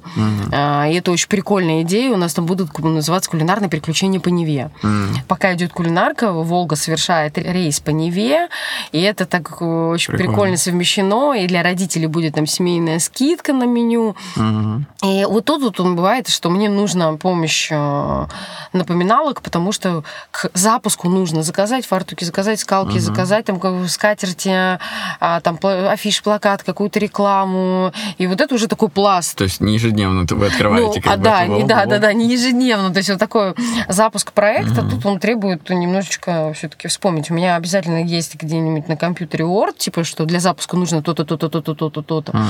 И это очень прикольная идея. У нас там будут называться «Кулинарные приключения по Неве». Пока идет кулинарка, Волга совершает рейс по Неве, и это так очень прикольно, прикольно совмещено, и для родителей будет там семейная скидка на меню. Угу. И вот тут вот он бывает, что мне нужна помощь напоминалок, потому что к запуску нужно заказать фартуки, заказать скалки, угу. заказать там скатерти, там афиш, плакат, какую-то рекламу, и вот это уже такой пласт. То есть не ежедневно вы открываете? Ну, как а бы, да, Волгу, да, Волгу. да, да, не ежедневно, то есть вот такой запуск проекта, угу. тут он требует немножечко все-таки вспомнить. У меня обязательно есть где-нибудь на компьютере Word, типа, что для запуска нужно то-то, то-то, то-то, то-то, то-то. Mm-hmm.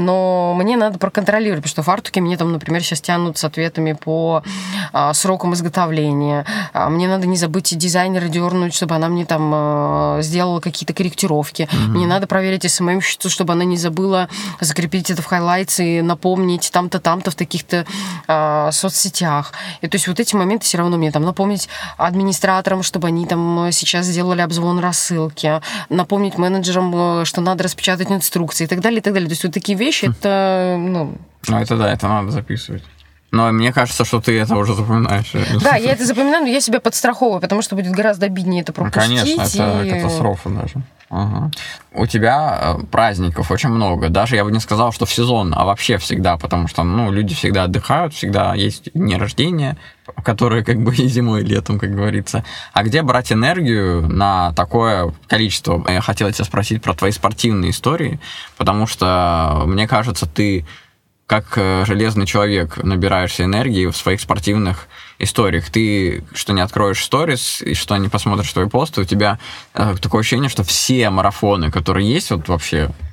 Но мне надо проконтролировать, потому что фартуки мне там, например, сейчас тянут с ответами по а, срокам изготовления. А, мне надо не забыть дизайнера дернуть, чтобы она мне там а, сделала какие-то корректировки. Mm-hmm. Мне надо проверить эс эм эм-щицу, чтобы она не забыла закрепить это в хайлайтс и напомнить там-то, там-то в таких-то а, соцсетях. И то есть вот эти моменты все равно мне там напомнить администраторам, чтобы они там сейчас сделали обзвон рассылки, напомнить менеджерам, что надо распечатать инструкции и так далее, и так далее. То есть вот такие вещи, это, ну... Ну, это да, это надо записывать. Но мне кажется, что ты это уже запоминаешь. Да, я это запоминаю, но я себя подстраховываю, потому что будет гораздо обиднее это пропустить. Ну, конечно, это и... катастрофа даже. Ага. У тебя праздников очень много. Даже я бы не сказал, что в сезон, а вообще всегда, потому что ну, люди всегда отдыхают, всегда есть дни рождения, которые как бы и зимой, и летом, как говорится. А где брать энергию на такое количество? Я хотел тебя спросить про твои спортивные истории, потому что, мне кажется, ты как железный человек набираешься энергии в своих спортивных историях. Ты что не откроешь сторис и что не посмотришь твои посты, у тебя э, такое ощущение, что все марафоны, которые есть вот вообще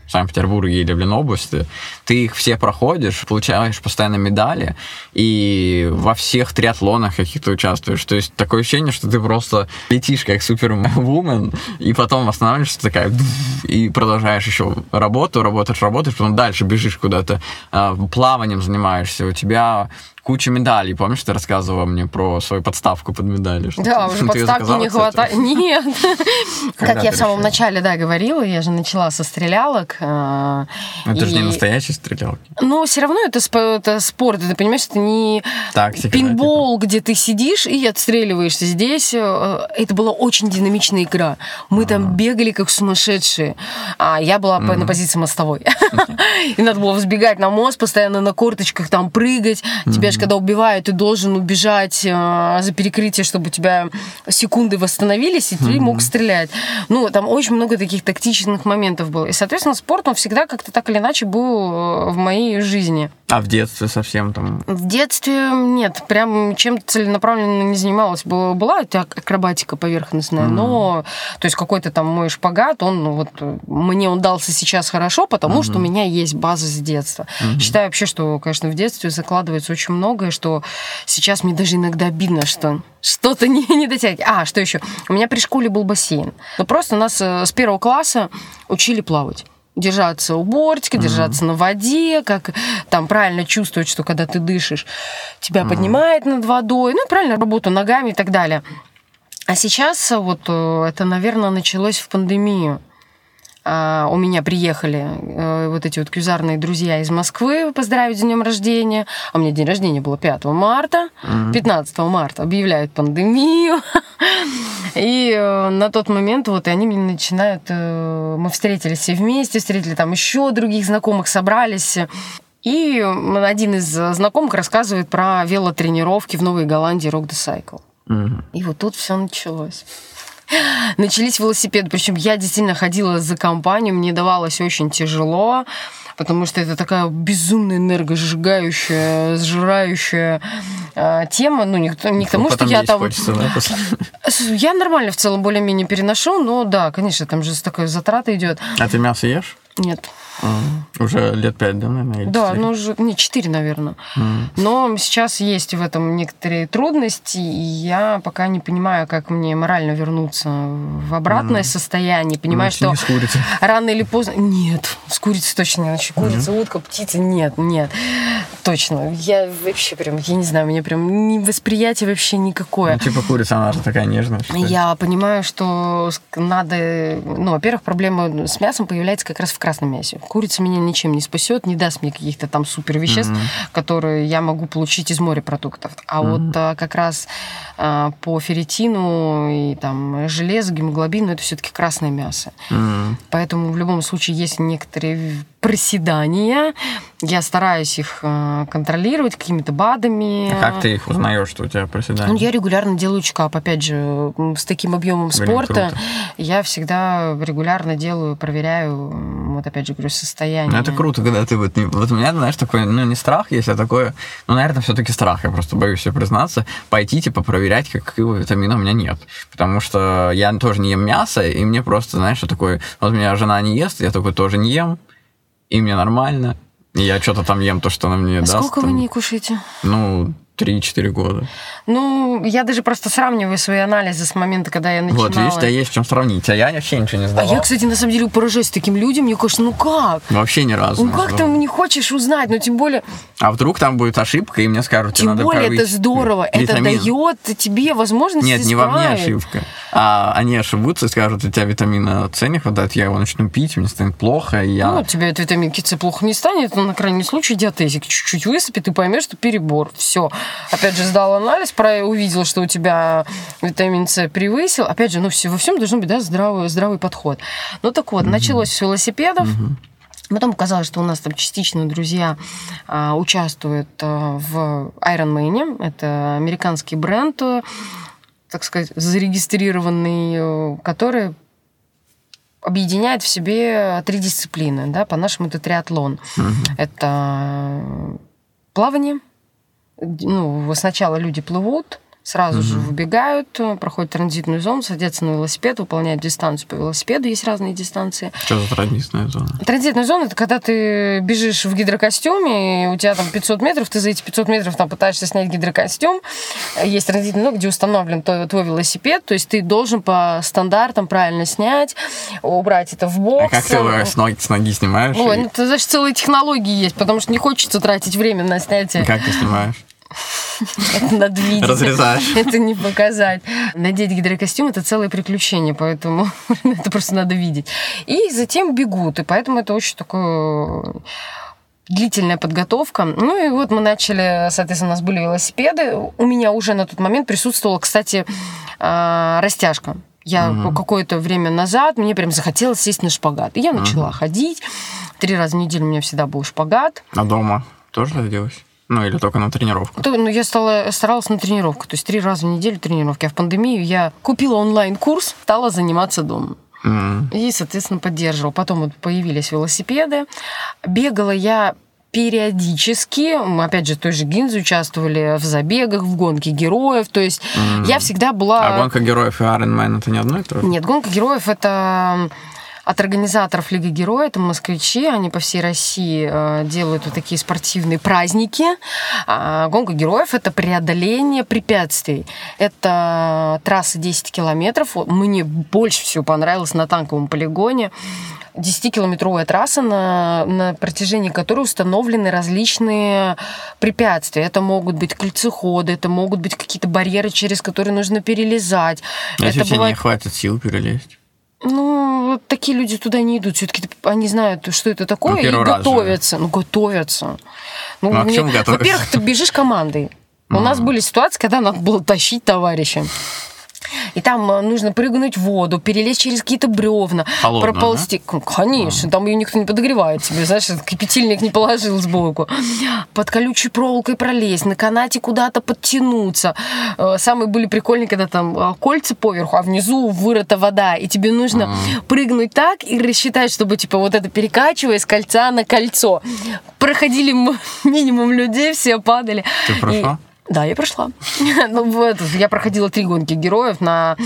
в Санкт-Петербурге или в Ленобласти, ты их все проходишь, получаешь постоянно медали, и во всех триатлонах каких-то участвуешь. То есть такое ощущение, что ты просто летишь как супервумен, и потом останавливаешься такая, и продолжаешь еще работу, работаешь, работаешь, потом дальше бежишь куда-то, плаванием занимаешься, у тебя куча медалей. Помнишь, ты рассказывала мне про свою подставку под медали? Да, уже подставки не хватает. Нет. Как я в самом начале, да, говорила, я же начала со стрелялок. Это же не настоящие стрелялки. Ну, все равно это спорт, ты понимаешь, это не пейнтбол, где ты сидишь и отстреливаешься. Здесь это была очень динамичная игра. Мы там бегали как сумасшедшие. А я была на позиции мостовой. И надо было взбегать на мост, постоянно на корточках там прыгать. Тебя когда убивают, ты должен убежать э, за перекрытие, чтобы у тебя секунды восстановились, и ты mm-hmm. мог стрелять. Ну, там очень много таких тактичных моментов было. И, соответственно, спорт, он всегда как-то так или иначе был в моей жизни. А в детстве совсем там? В детстве нет, прям чем-то целенаправленно не занималась. Была это акробатика поверхностная, mm-hmm. но то есть какой-то там мой шпагат, он вот мне он дался сейчас хорошо, потому mm-hmm. что у меня есть база с детства. Mm-hmm. Считаю вообще, что, конечно, в детстве закладывается очень многое, что сейчас мне даже иногда обидно, что что-то не, не дотягивает. А, что еще? У меня при школе был бассейн. Ну, просто нас с первого класса учили плавать. Держаться у бортика, mm-hmm. держаться на воде, как там правильно чувствовать, что когда ты дышишь, тебя mm-hmm. поднимает над водой, ну, правильно работу ногами и так далее. А сейчас вот это, наверное, началось в пандемию. Uh, у меня приехали uh, вот эти вот кьюзарные друзья из Москвы поздравить с днем рождения. А у меня день рождения было пятого марта. Mm-hmm. пятнадцатого марта объявляют пандемию. И uh, на тот момент вот и они мне начинают... Uh, мы встретились все вместе, встретили там еще других знакомых, собрались. И один из знакомых рассказывает про велотренировки в Новой Голландии Rock the Cycle. Mm-hmm. И вот тут все началось. Начались велосипеды, причем я действительно ходила за компанию, мне давалось очень тяжело, потому что это такая безумно энергосжигающая, сжирающая э, тема, ну не, не к тому, что я там... Хочется, да, после... Я нормально в целом более-менее переношу, но да, конечно, там же такая затрата идет. А ты мясо ешь? Нет. Mm. Уже лет пять, да, наверное? Да, четыре? Ну уже, не, четыре, наверное. Mm. Но сейчас есть в этом некоторые трудности, и я пока не понимаю, как мне морально вернуться в обратное mm. состояние. Понимаю, mm, что рано или поздно... Нет, с курицей точно не иначе. Курица, mm. утка, птица, нет, нет. Точно. Я вообще прям, я не знаю, у меня прям не восприятие вообще никакое. Ну, типа курица, она же такая нежная. Я понимаю, что надо... Ну, во-первых, проблема с мясом появляется как раз в красном мясе. Курица меня ничем не спасет, не даст мне каких-то там супер веществ, mm-hmm. которые я могу получить из морепродуктов. А mm-hmm. вот а, как раз а, по ферритину и там железо, гемоглобину это все-таки красное мясо. Mm-hmm. Поэтому в любом случае есть некоторые проседания. Я стараюсь их а, контролировать какими-то БАДами. А как ты их узнаешь, что у тебя проседания? Ну, я регулярно делаю чекап. Опять же, с таким объемом Блин, спорта круто. Я всегда регулярно делаю, проверяю, вот опять же говорю, состояние. Ну, это круто, когда ты вот... Не, вот у меня, знаешь, такой, ну, не страх есть, а такое... Ну, наверное, все-таки страх, я просто боюсь себе признаться. Пойти, типа, проверять, какого витамина у меня нет. Потому что я тоже не ем мясо, и мне просто, знаешь, что такое... Вот у меня жена не ест, я такой тоже не ем, и мне нормально. И я что-то там ем, то, что она мне а даст. Сколько там, вы не кушаете? Ну... три-четыре года. Ну, я даже просто сравниваю свои анализы с момента, когда я начинала. Вот, видишь, у тебя есть в чем сравнить, а я вообще ничего не сдавал. А я, кстати, на самом деле поражаюсь таким людям, мне кажется, ну как? Вообще ни разу. Ну как ты не хочешь узнать, ну тем более... А вдруг там будет ошибка, и мне скажут, тебе надо Тем более это здорово, витамин. Это дает тебе возможность Нет, исправить. Не во мне ошибка, а они ошибутся и скажут, у тебя витамина С не хватает, я его начну пить, мне станет плохо, и я... Ну, тебе от витаминки С плохо не станет, но на крайний случай диатезик чуть-чуть высыпет, и поймешь, что перебор. Все. Опять же, сдал анализ, про увидел, что у тебя витамин С превысил. Опять же, ну все, во всем должен быть да, здравый, здравый подход. Ну так вот, mm-hmm. началось с велосипедов. Mm-hmm. Потом оказалось, что у нас там частично друзья а, участвуют а, в Ironman. Это американский бренд, так сказать, зарегистрированный, который объединяет в себе три дисциплины. Да? По-нашему это триатлон. Mm-hmm. Это плавание. Ну, сначала люди плывут, Сразу Мгм. же выбегают, проходят транзитную зону, садятся на велосипед, выполняют дистанцию по велосипеду. Есть разные дистанции. Что за транзитная зона? Транзитная зона — это когда ты бежишь в гидрокостюме, и у тебя там пятьсот метров, ты за эти пятьсот метров там пытаешься снять гидрокостюм. Есть транзитная зона, где установлен твой, твой велосипед, то есть ты должен по стандартам правильно снять, убрать это в бокс. А как ты его с ноги, с ноги снимаешь? Ой, И- ну это значит целые технологии есть, потому что не хочется тратить время на снятие. Как ты снимаешь? Это надо видеть. Разрезаешь. Это не показать. Надеть гидрокостюм — это целое приключение, поэтому это просто надо видеть. И затем бегут, и поэтому это очень такое длительная подготовка. Ну и вот мы начали, соответственно, у нас были велосипеды. У меня уже на тот момент присутствовала, кстати, а, растяжка. Я Мгм. какое-то время назад, мне прям захотелось сесть на шпагат. И я начала ходить. Три раза в неделю у меня всегда был шпагат. А дома тоже это делаешь? Ну, или только на тренировку? То, ну, я стала, старалась на тренировку, то есть три раза в неделю тренировки. А в пандемию я купила онлайн-курс, стала заниматься дома. М. И, соответственно, поддерживала. Потом вот появились велосипеды. Бегала я периодически. Мы, опять же, в той же Гинзе участвовали в забегах, в гонке героев. То есть М. я всегда была... А гонка героев и Iron Man это не одно и то же? Нет, гонка героев — это от организаторов Лиги Героев, это москвичи, они по всей России э, делают вот такие спортивные праздники. А гонка героев — это преодоление препятствий. Это трасса десять километров. Мне больше всего понравилось на танковом полигоне. десятикилометровая трасса, на, на протяжении которой установлены различные препятствия. Это могут быть кольцеходы, это могут быть какие-то барьеры, через которые нужно перелезать. А если это у тебя бывает... не хватит сил перелезть? Ну, вот такие люди туда не идут. Все-таки они знают, что это такое, Ну, и первый раз же. готовятся. Ну, готовятся. Ну, Ну, а к мне- чему готовишься? Во-первых, ты бежишь командой. У нас были ситуации, когда надо было тащить товарища. И там э, нужно прыгнуть в воду, перелезть через какие-то бревна, Холодно, проползти. К- Конечно, там ее никто не подогревает тебе, знаешь, этот кипятильник не положил сбоку. Под колючей проволокой пролезть, на канате куда-то подтянуться. Э, Самые были прикольные, когда там э, кольца поверху, а внизу вырыта вода, и тебе нужно прыгнуть так и рассчитать, чтобы, типа, вот это перекачивая с кольца на кольцо. Проходили м- минимум людей, все падали. Ты прошла? И- Да, я прошла. Ну, вот, я проходила три гонки героев. На,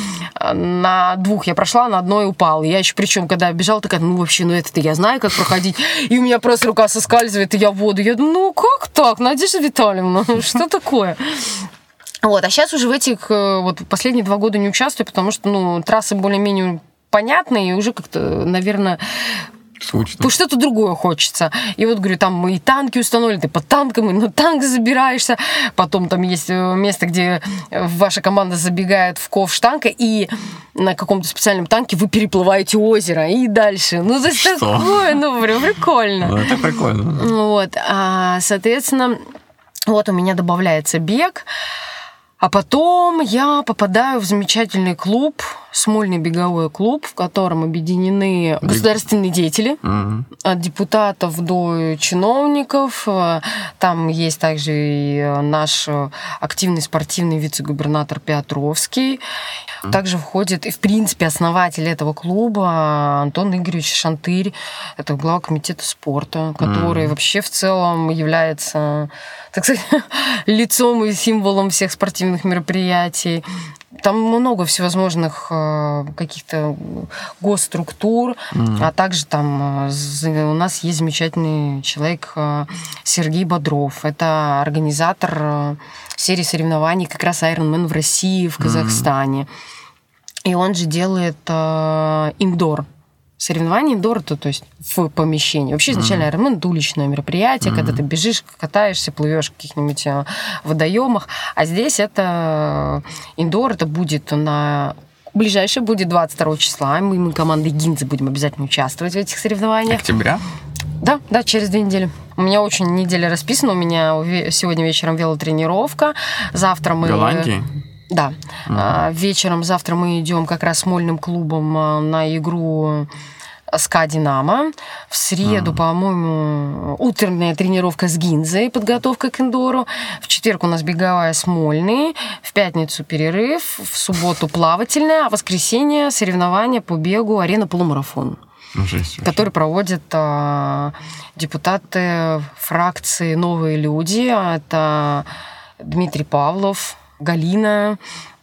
на двух я прошла, на одной упала. Я еще, причем, когда бежала, такая, ну, вообще, ну, это-то я знаю, как проходить. И у меня просто рука соскальзывает, и я в воду. Я думаю, ну, как так, Надежда Витальевна, что такое? Вот, а сейчас уже в этих, э, вот, последние два года не участвую, потому что, ну, трассы более-менее понятные, и уже как-то, наверное... Скучно. Ну, что-то другое хочется. И вот, говорю, там и танки установлены, ты под танком, и на танк забираешься. Потом там есть место, где ваша команда забегает в ковш танка, и на каком-то специальном танке вы переплываете озеро, и дальше. Ну, то есть Что? такое, ну, прям прикольно. Ну, это прикольно. Вот, а, соответственно, вот у меня добавляется бег, а потом я попадаю в замечательный клуб, Смольный беговой клуб, в котором объединены государственные деятели, Мгм. от депутатов до чиновников. Там есть также и наш активный спортивный вице-губернатор Петровский. Также входит и, в принципе, основатель этого клуба Антон Игоревич Шантырь. Это глава комитета спорта, который Мгм. вообще в целом является, так сказать, лицом и символом всех спортивных мероприятий. Там много всевозможных э, каких-то госструктур, Мгм. а также там э, з- у нас есть замечательный человек э, Сергей Бодров. Это организатор э, серии соревнований как раз Iron Man в России, в Казахстане. И он же делает э, индор. Соревнования индор, то, то есть в помещении. Вообще изначально Iron Man — это уличное мероприятие, когда ты бежишь, катаешься, плывешь в каких-нибудь э, водоемах. А здесь это индор, это будет на... Ближайшее будет двадцать второго числа. Мы, мы командой Гинзы будем обязательно участвовать в этих соревнованиях. Октября? Да, да, через две недели. У меня очень неделя расписана. У меня ве- сегодня вечером велотренировка. Завтра мы... В Голландии? Да. А, вечером завтра мы идем как раз с Смольным клубом а, на игру СКА «Динамо». В среду, по-моему, утренняя тренировка с Гинзой, подготовка к индору. В четверг у нас беговая Смольный. В пятницу перерыв. В субботу плавательная. А в воскресенье соревнования по бегу арена-полумарафон, Ну, жесть вообще. который проводят а, депутаты фракции «Новые люди». Это Дмитрий Павлов, Галина.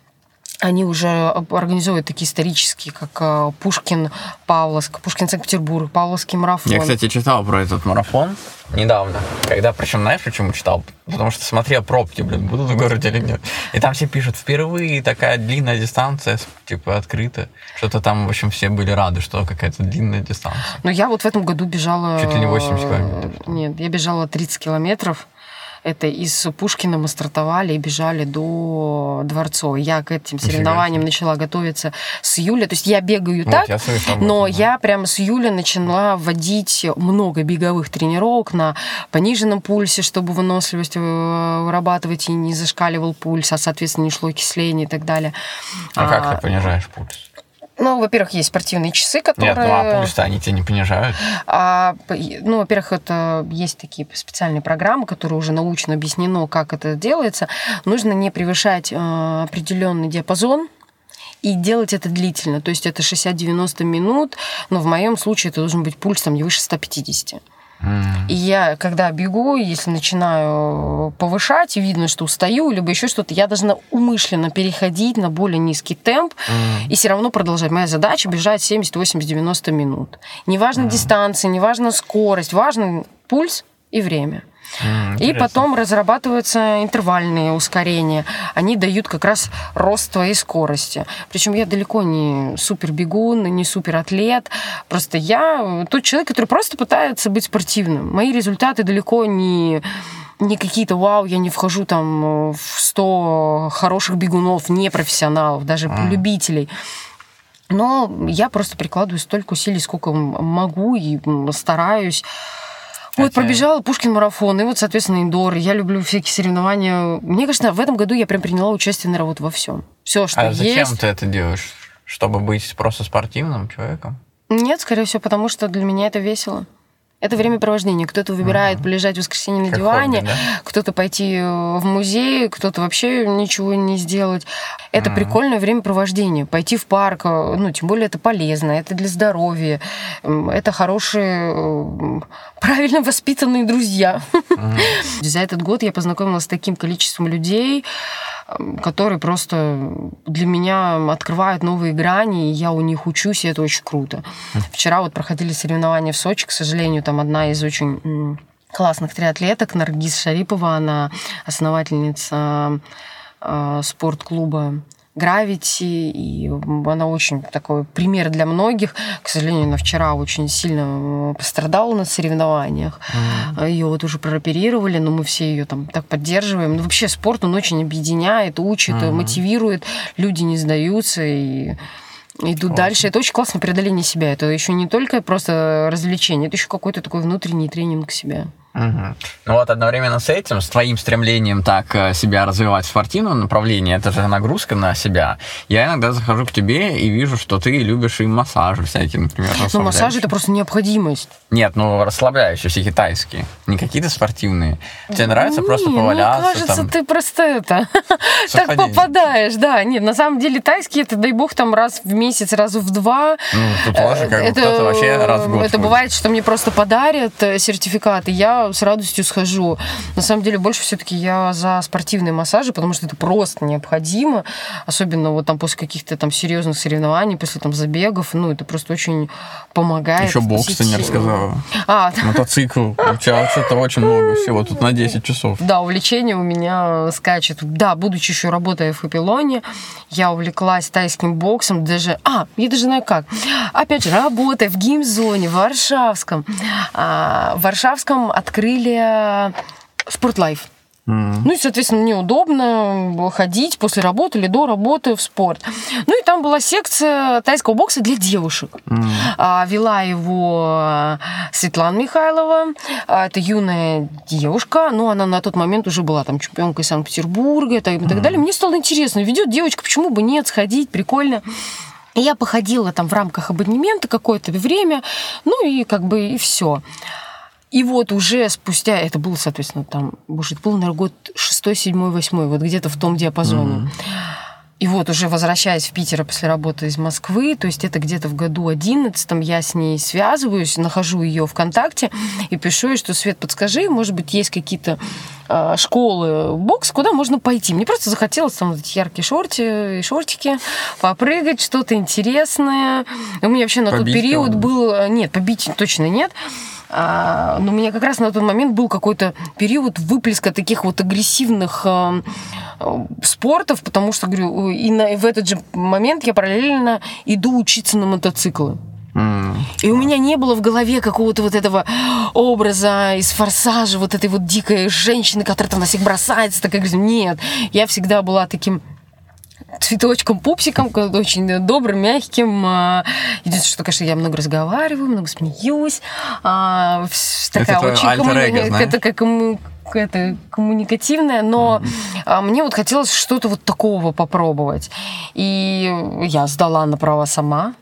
Они уже организуют такие исторические, как Пушкин, Павловск, Пушкин, Санкт-Петербург, Павловский марафон. Я, кстати, читал про этот марафон недавно. Когда, причем, знаешь, почему читал? Потому что смотрел пробки, блин, будут в городе или нет. И там все пишут, впервые такая длинная дистанция, типа, открыта. Что-то там, в общем, все были рады, что какая-то длинная дистанция. Ну, я вот в этом году бежала... Чуть ли не восемьдесят километров. Нет, я бежала тридцать километров. Это из Пушкина мы стартовали и бежали до Дворцовой. Я к этим соревнованиям начала готовиться с июля. То есть я бегаю вот, так, я слышал, но вот, я прямо с июля начала вводить много беговых тренировок на пониженном пульсе, чтобы выносливость вырабатывать и не зашкаливал пульс, а, соответственно, не шло окисление и так далее. А, а как ты понижаешь пульс? Ну, во-первых, есть спортивные часы, которые... Нет, ну а пульс-то они тебя не понижают? А, ну, во-первых, это есть такие специальные программы, которые уже научно объяснено, как это делается. Нужно не превышать э, определенный диапазон и делать это длительно. То есть это шестьдесят-девяносто минут, но в моем случае это должен быть пульс там не выше ста пятидесяти. И я, когда бегу, если начинаю повышать, и видно, что устаю, либо еще что-то, я должна умышленно переходить на более низкий темп mm. и все равно продолжать. Моя задача бежать семьдесят, восемьдесят, девяносто минут. Неважно mm. дистанция, неважно скорость, важен пульс и время. Mm, и потом разрабатываются интервальные ускорения. Они дают как раз рост твоей скорости. Причем я далеко не супербегун, не суператлет. Просто я тот человек, который просто пытается быть спортивным. Мои результаты далеко не... не какие-то вау, я не вхожу там в сто хороших бегунов, не профессионалов, даже mm. любителей. Но я просто прикладываю столько усилий, сколько могу, и стараюсь. Вот, Хотя... пробежала Пушкин марафон, и вот, соответственно, индор. Я люблю всякие соревнования. Мне кажется, в этом году я прям приняла участие, наверное, вот во всем. Все, что а есть. А зачем ты это делаешь? Чтобы быть просто спортивным человеком? Нет, скорее всего, потому что для меня это весело. Это времяпровождение. Кто-то выбирает uh-huh. полежать в воскресенье на как диване, хобби, да? Кто-то пойти в музей, кто-то вообще ничего не сделать. Это uh-huh. прикольное времяпровождение. Пойти в парк, ну, тем более это полезно, это для здоровья, это хорошие, правильно воспитанные друзья. Uh-huh. За этот год я познакомилась с таким количеством людей, которые просто для меня открывают новые грани, и я у них учусь, и это очень круто. Вчера вот проходили соревнования в Сочи, к сожалению, там одна из очень классных триатлеток, Наргиз Шарипова, она основательница э, спортклуба Gravity, и она очень такой пример для многих. К сожалению, она вчера очень сильно пострадала на соревнованиях. Mm-hmm. Ее вот уже прооперировали, но мы все ее там так поддерживаем. Но вообще спорт, он очень объединяет, учит, mm-hmm. мотивирует. Люди не сдаются и идут Классно. Дальше. Это очень классное преодоление себя. Это еще не только просто развлечение, это еще какой-то такой внутренний тренинг себя. Угу. Ну вот одновременно с этим, с твоим стремлением так себя развивать в спортивном направлении, это же нагрузка на себя. Я иногда захожу к тебе и вижу, что ты любишь и массажи всякие, например, расслабляющие. Ну, массаж — это просто необходимость. Нет, ну расслабляющие, все китайские, не какие-то спортивные. Тебе нравится не, просто поваляться? Мне кажется, там... ты просто это так попадаешь, да. Нет, на самом деле тайские, это, дай бог, там раз в месяц, раз в два. Ну, тут тоже как бы кто-то вообще раз в год. Это бывает, что мне просто подарят сертификат, и я с радостью схожу. На самом деле, больше все-таки я за спортивные массажи, потому что это просто необходимо, особенно вот там после каких-то там серьезных соревнований, после там забегов, ну, это просто очень помогает. Еще бокс ты не рассказала. А, мотоцикл. У тебя что-то очень много всего, тут на десять часов. Да, увлечение у меня скачет. Да, будучи еще работая в Хапилоне, я увлеклась тайским боксом, даже, а, я даже знаю как. Опять же, работая в геймзоне, в Варшавском. А, в Варшавском открыли Спортлайф. Mm-hmm. Ну и, соответственно, мне удобно ходить после работы или до работы в спорт. Ну и там была секция тайского бокса для девушек. Mm-hmm. А, вела его Светлана Михайлова. А, это юная девушка. Ну, она на тот момент уже была там чемпионкой Санкт-Петербурга и так, и так mm-hmm. далее. Мне стало интересно. Ведет девочка, почему бы нет, сходить, прикольно. И я походила там в рамках абонемента какое-то время. Ну и как бы и все. И вот уже спустя, это было, соответственно, там, боже, это был, наверное, год шестой, седьмой, восьмой, вот где-то в том диапазоне. Mm-hmm. И вот уже возвращаясь в Питер после работы из Москвы, то есть это где-то в году одиннадцатом, я с ней связываюсь, нахожу ее ВКонтакте и пишу ей, что, Свет, подскажи, может быть, есть какие-то школы бокс, куда можно пойти. Мне просто захотелось там вот эти яркие шорти, шортики, попрыгать, что-то интересное. У меня вообще на побить тот период кого-то? Был... Нет, побить точно нет. А, но у меня как раз на тот момент был какой-то период выплеска таких вот агрессивных а, а, спортов, потому что, говорю, и, на, и в этот же момент я параллельно иду учиться на мотоциклы. Mm. И у меня не было в голове какого-то вот этого образа из «Форсажа», вот этой вот дикой женщины, которая там на всех бросается. Так, говорю, нет, я всегда была таким... цветочком-пупсиком, очень добрым, мягким. Единственное, что, конечно, я много разговариваю, много смеюсь. Такая это очень коммуни... такая комму... это коммуникативная, но mm-hmm. мне вот хотелось что-то вот такого попробовать. И я сдала на права сама.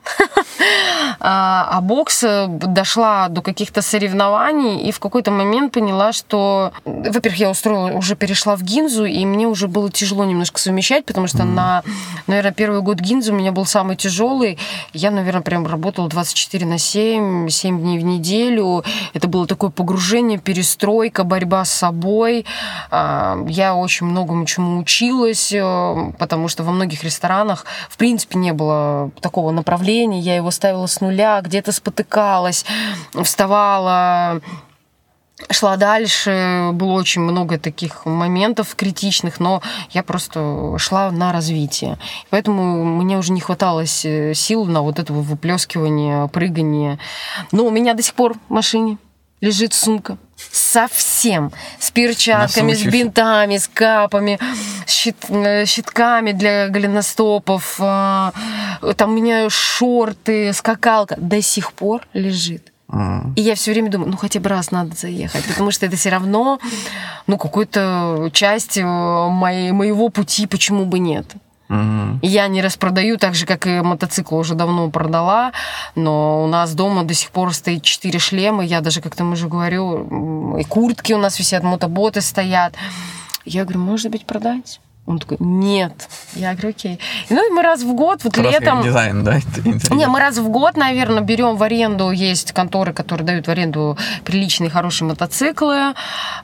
А бокс дошла до каких-то соревнований и в какой-то момент поняла, что, во-первых, я устроила, уже перешла в Гинзу, и мне уже было тяжело немножко совмещать, потому что mm-hmm. на, наверное, первый год Гинзы у меня был самый тяжелый. Я, наверное, прям работала двадцать четыре на семь, семь дней в неделю. Это было такое погружение, перестройка, борьба с собой. Я очень многому чему училась, потому что во многих ресторанах, в принципе, не было такого направления. Я его ставила с нуля, где-то спотыкалась, вставала, шла дальше. Было очень много таких моментов критичных, но я просто шла на развитие. Поэтому мне уже не хватало сил на вот это выплескивание, прыгание. Но у меня до сих пор в машине лежит сумка. Совсем. С перчатками, с бинтами, с капами, с щит, щитками для голеностопов. Там у меня шорты, скакалка. До сих пор лежит. Mm. И я все время думаю, ну хотя бы раз надо заехать, потому что это все равно, ну, какой-то часть моей, моего пути, почему бы нет. Mm-hmm. Я не распродаю, так же, как и мотоцикл уже давно продала, но у нас дома до сих пор стоит четыре шлема, я даже как-то уже говорю, и куртки у нас висят, мотоботы стоят. Я говорю, может быть, продать? Он такой, нет. Я говорю, окей. И, ну, и мы раз в год, вот Просто летом... дизайн, да? Не, мы раз в год, наверное, берем в аренду, есть конторы, которые дают в аренду приличные, хорошие мотоциклы,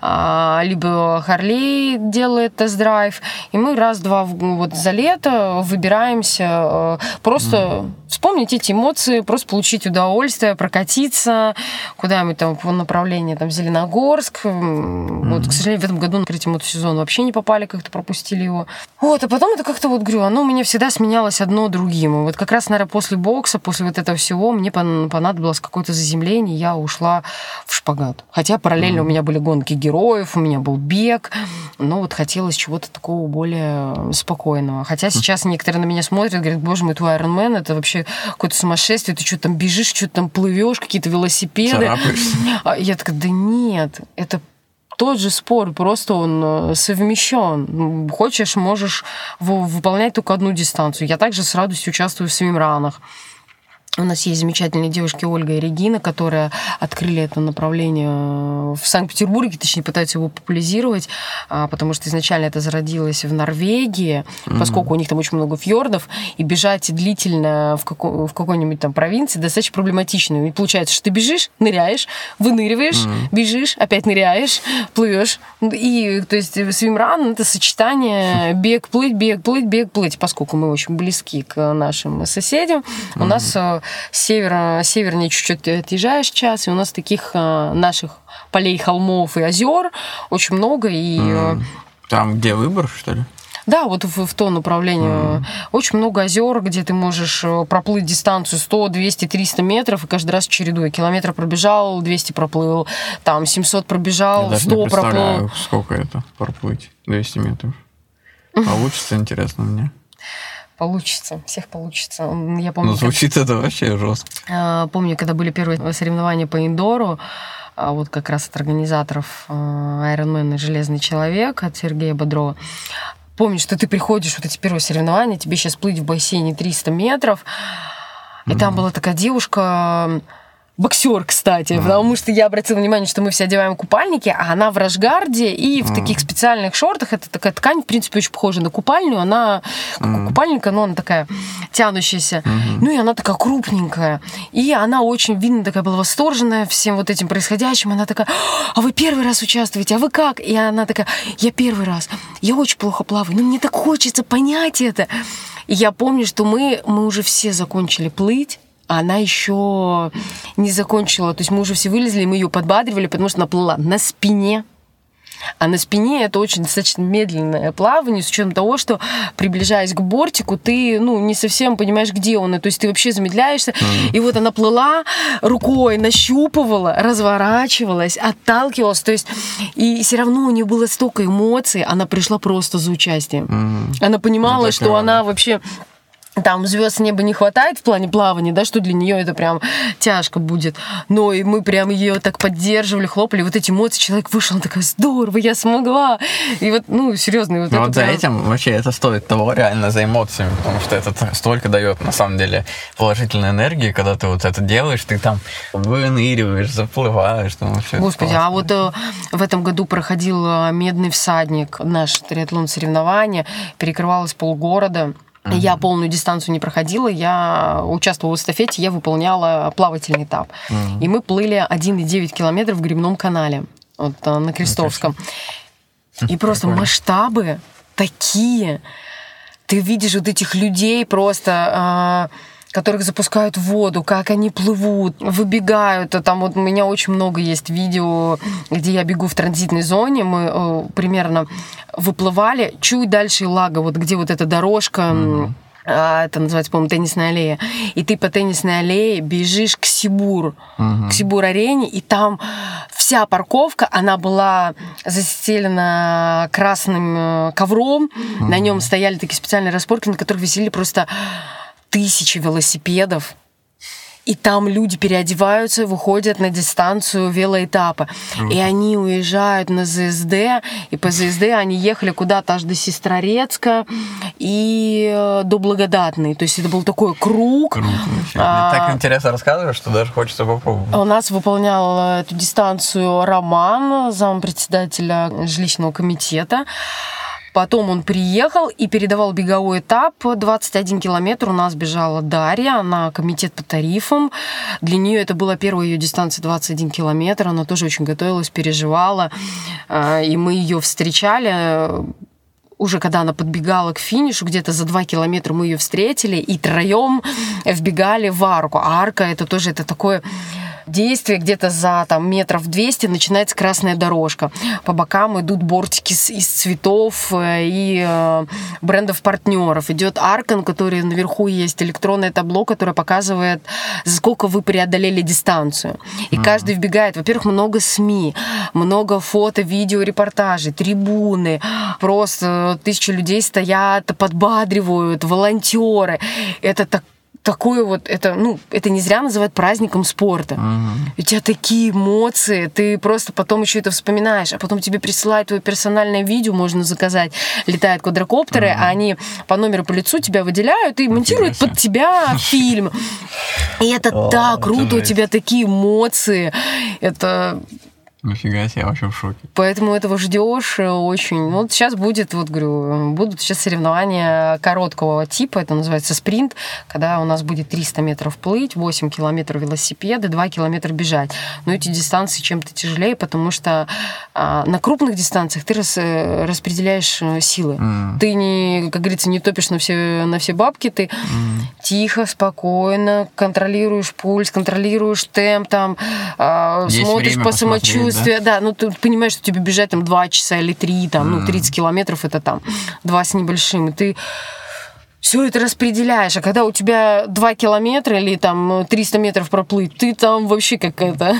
либо Харлей делает тест-драйв, и мы раз-два вот за лето выбираемся, просто mm. вспомнить эти эмоции, просто получить удовольствие, прокатиться куда-нибудь там по направлению там, Зеленогорск. Mm. Вот, к сожалению, в этом году на третий мотосезон вообще не попали, как-то пропустили его. Вот, а потом это как-то вот, говорю, оно у меня всегда сменялось одно другим. И вот как раз, наверное, после бокса, после вот этого всего, мне понадобилось какое-то заземление, я ушла в шпагат. Хотя параллельно mm-hmm. у меня были гонки героев, у меня был бег, но вот хотелось чего-то такого более спокойного. Хотя сейчас mm-hmm. некоторые на меня смотрят, говорят, боже мой, твой Iron Man, это вообще какое-то сумасшествие, ты что-то там бежишь, что-то там плывешь, какие-то велосипеды. Царапаешься. Я такая, да нет, это тот же спорт, просто он совмещен. Хочешь, можешь выполнять только одну дистанцию. Я также с радостью участвую в свимранах. У нас есть замечательные девушки Ольга и Регина, которые открыли это направление в Санкт-Петербурге, точнее, пытаются его популяризировать, потому что изначально это зародилось в Норвегии, mm-hmm. поскольку у них там очень много фьордов, и бежать длительно в, како- в какой-нибудь там провинции достаточно проблематично. И получается, что ты бежишь, ныряешь, выныриваешь, mm-hmm. бежишь, опять ныряешь, плывешь. И, то есть, свимран — это сочетание бег-плыть, бег-плыть, бег-плыть, поскольку мы очень близки к нашим соседям. Mm-hmm. У нас север, севернее чуть-чуть отъезжаешь час, и у нас таких э, наших полей, холмов и озер очень много. И, mm. Там, где выбор, что ли? Да, вот в, в то направление. Mm. Очень много озер, где ты можешь проплыть дистанцию сто, двести, триста метров, и каждый раз чередуя. Километр пробежал, двести проплыл, там семьсот пробежал, Я сто проплыл. Сколько это проплыть? двести метров. Получится, интересно мне. Получится, всех получится. Я помню, ну, звучит как... это вообще жестко. Помню, когда были первые соревнования по индору, вот как раз от организаторов Ironman «Железный человек» от Сергея Бодрова. Помню, что ты приходишь, вот эти первые соревнования, тебе сейчас плыть в бассейне триста метров, и mm-hmm. там была такая девушка, боксер, кстати, mm. потому что я обратила внимание, что мы все одеваем купальники, а она в рашгарде и в mm. таких специальных шортах. Это такая ткань, в принципе, очень похожа на купальню. Она, как mm. у купальника, но она такая тянущаяся. Mm-hmm. Ну и она такая крупненькая. И она очень, видно, такая была восторженная всем вот этим происходящим. Она такая: а вы первый раз участвуете? А вы как? И она такая: я первый раз. Я очень плохо плаваю, но мне так хочется понять это. И я помню, что мы, мы уже все закончили плыть, а она еще не закончила. То есть мы уже все вылезли, мы ее подбадривали, потому что она плыла на спине. А на спине это очень достаточно медленное плавание, с учетом того, что, приближаясь к бортику, ты, ну, не совсем понимаешь, где он. То есть ты вообще замедляешься. Mm-hmm. И вот она плыла, рукой нащупывала, разворачивалась, отталкивалась. То есть и все равно у нее было столько эмоций, она пришла просто за участием. Mm-hmm. Она понимала, ну, что правда. Она вообще... Там звезд с неба не хватает в плане плавания, да, что для нее это прям тяжко будет. Но и мы прям ее так поддерживали, хлопали. Вот эти эмоции, человек вышел, он такой: здорово, я смогла. И вот, ну, серьезно. Вот, вот за прям... этим вообще это стоит того, реально, за эмоциями, потому что это столько дает, на самом деле, положительной энергии, когда ты вот это делаешь, ты там выныриваешь, заплываешь. Там, все. Господи, а вот э, в этом году проходил «Медный всадник», наш триатлон соревнования, перекрывалось полгорода. Mm-hmm. Я полную дистанцию не проходила, я участвовала в эстафете, я выполняла плавательный этап. Mm-hmm. И мы плыли один и девять километров в гребном канале вот, на Крестовском. Mm-hmm. И просто Прикольно. Масштабы такие. Ты видишь вот этих людей просто... которых запускают в воду, как они плывут, выбегают. Там вот у меня очень много есть видео, где я бегу в транзитной зоне. Мы э, примерно выплывали чуть дальше Лага, вот где вот эта дорожка, mm-hmm. э, это называется, по-моему, теннисная аллея. И ты по теннисной аллее бежишь к Сибур, mm-hmm. к Сибур-арене, и там вся парковка, она была застелена красным ковром, mm-hmm. на нем стояли такие специальные распорки, на которых висели просто... тысячи велосипедов, и там люди переодеваются, выходят на дистанцию велоэтапа. Mm-hmm. И они уезжают на ЗСД, и по ЗСД они ехали куда-то аж до Сестрорецка и до Благодатной. То есть это был такой круг. Круто. А, так интересно рассказываешь, что даже хочется попробовать. У нас выполнял эту дистанцию Роман, зампредседателя жилищного комитета. Потом он приехал и передавал беговой этап. двадцать один километр у нас бежала Дарья, она комитет по тарифам. Для нее это была первая ее дистанция двадцать один километр. Она тоже очень готовилась, переживала. И мы ее встречали. Уже когда она подбегала к финишу, где-то за два километра мы ее встретили и троем вбегали в арку. А арка это тоже это такое... действие, где-то за там, метров двести начинается красная дорожка. По бокам идут бортики с, из цветов и э, брендов-партнеров. Идет арка, на которой наверху есть электронное табло, которое показывает, за сколько вы преодолели дистанцию. И mm-hmm. каждый вбегает. Во-первых, много СМИ, много фото, видео, репортажей, трибуны. Просто тысячи людей стоят, подбадривают, волонтеры. Это так такое вот, это, ну, это не зря называют праздником спорта. Uh-huh. У тебя такие эмоции, ты просто потом еще это вспоминаешь, а потом тебе присылают твое персональное видео, можно заказать. Летают квадрокоптеры, uh-huh. а они по номеру по лицу тебя выделяют и монтируют под тебя фильм. И это oh, так круто, у тебя такие эмоции. Это... Нифига себе, я вообще в шоке. Поэтому этого ждешь очень. Вот сейчас будет, вот говорю, будут сейчас соревнования короткого типа, это называется спринт, когда у нас будет триста метров плыть, восемь километров велосипеда, два километра бежать. Но эти дистанции чем-то тяжелее, потому что а, на крупных дистанциях ты рас, распределяешь силы. Mm. Ты, не, как говорится, не топишь на все, на все бабки, ты mm. тихо, спокойно контролируешь пульс, контролируешь темп, там, а, смотришь по самочувствию. Да? да, ну ты понимаешь, что тебе бежать там два часа или три, там, mm. ну, тридцать километров это там два с небольшим, и ты все это распределяешь, а когда у тебя два километра или там триста метров проплыть, ты там вообще как это,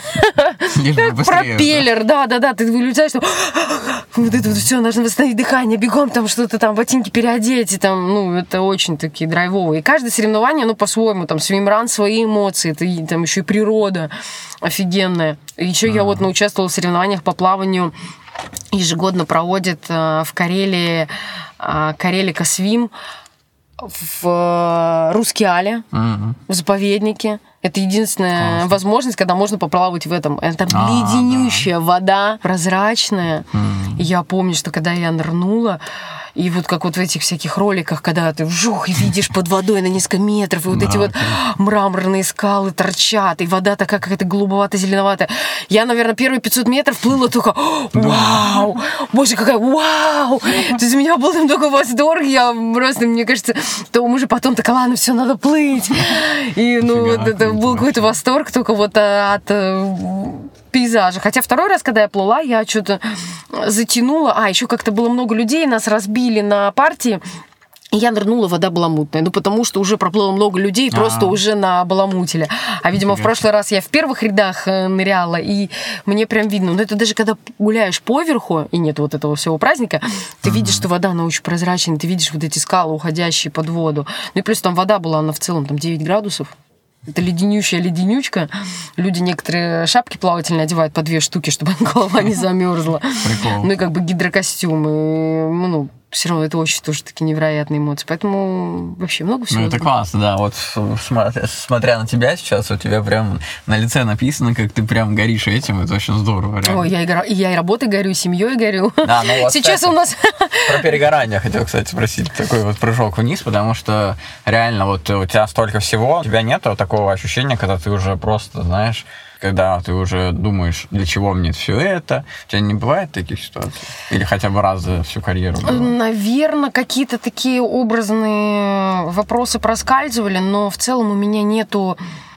как пропеллер, да-да-да, ты вылетаешь, вот это вот все, нужно восстановить дыхание, бегом там что-то там, ботинки переодеть, и там, ну, это очень такие драйвовые. И каждое соревнование, ну, по-своему, там, свимран, свои эмоции, это там еще и природа офигенная. Еще я вот научаствовала в соревнованиях по плаванию, ежегодно проводят в Карелии Карелика Свим, в Рускеале, uh-huh. в заповеднике. Это единственная Классно. возможность, когда можно поплавать в этом. Это А, леденющая вода, прозрачная. М. И я помню, что когда я нырнула, и вот как вот в этих всяких роликах, когда ты вжух и видишь под водой на несколько метров, и вот Да, эти вот конечно. мраморные скалы торчат, и вода такая какая-то голубовато-зеленоватая. Я, наверное, первые пятьсот метров плыла только вау! Боже, какая вау! То есть у меня был там такой восторг, я просто, мне кажется, то уже потом такая, ладно, все, надо плыть. И, ну, Нифига, вот это круто был какой-то вообще. восторг только вот от э, пейзажа. Хотя второй раз, когда я плыла, я что-то затянула. А, еще как-то было много людей, нас разбили на партии. И я нырнула, вода была мутная. Ну, потому что уже проплыло много людей, просто А. уже набаламутили. А, видимо, в Нифига прошлый раз я в первых рядах э, ныряла, и мне прям видно. Но это даже когда гуляешь поверху, и нет вот этого всего праздника, ты видишь, что вода, она очень прозрачная, ты видишь вот эти скалы, уходящие под воду. Ну и плюс там вода была, она в целом там девять градусов. Это леденющая леденючка. Люди некоторые шапки плавательные одевают по две штуки, чтобы голова не замерзла. Прикол. Ну и как бы гидрокостюмы. Ну, все равно это очень тоже такие невероятные эмоции. Поэтому вообще много всего. Ну, это классно, да. Вот смотря, смотря на тебя сейчас, у тебя прям на лице написано, как ты прям горишь этим. Это очень здорово. Реально. Ой, я и, гора- и я и работой горю, и семьей горю. Да, ну вот, Сейчас кстати, у нас... Про перегорание хотел, кстати, спросить. Такой вот прыжок вниз, потому что реально вот у тебя столько всего, у тебя нету такого ощущения, когда ты уже просто, знаешь, когда ты уже думаешь, для чего мне все это. У тебя не бывает таких ситуаций? Или хотя бы раз за всю карьеру было? Наверное, какие-то такие образные вопросы проскальзывали, но в целом у меня нету...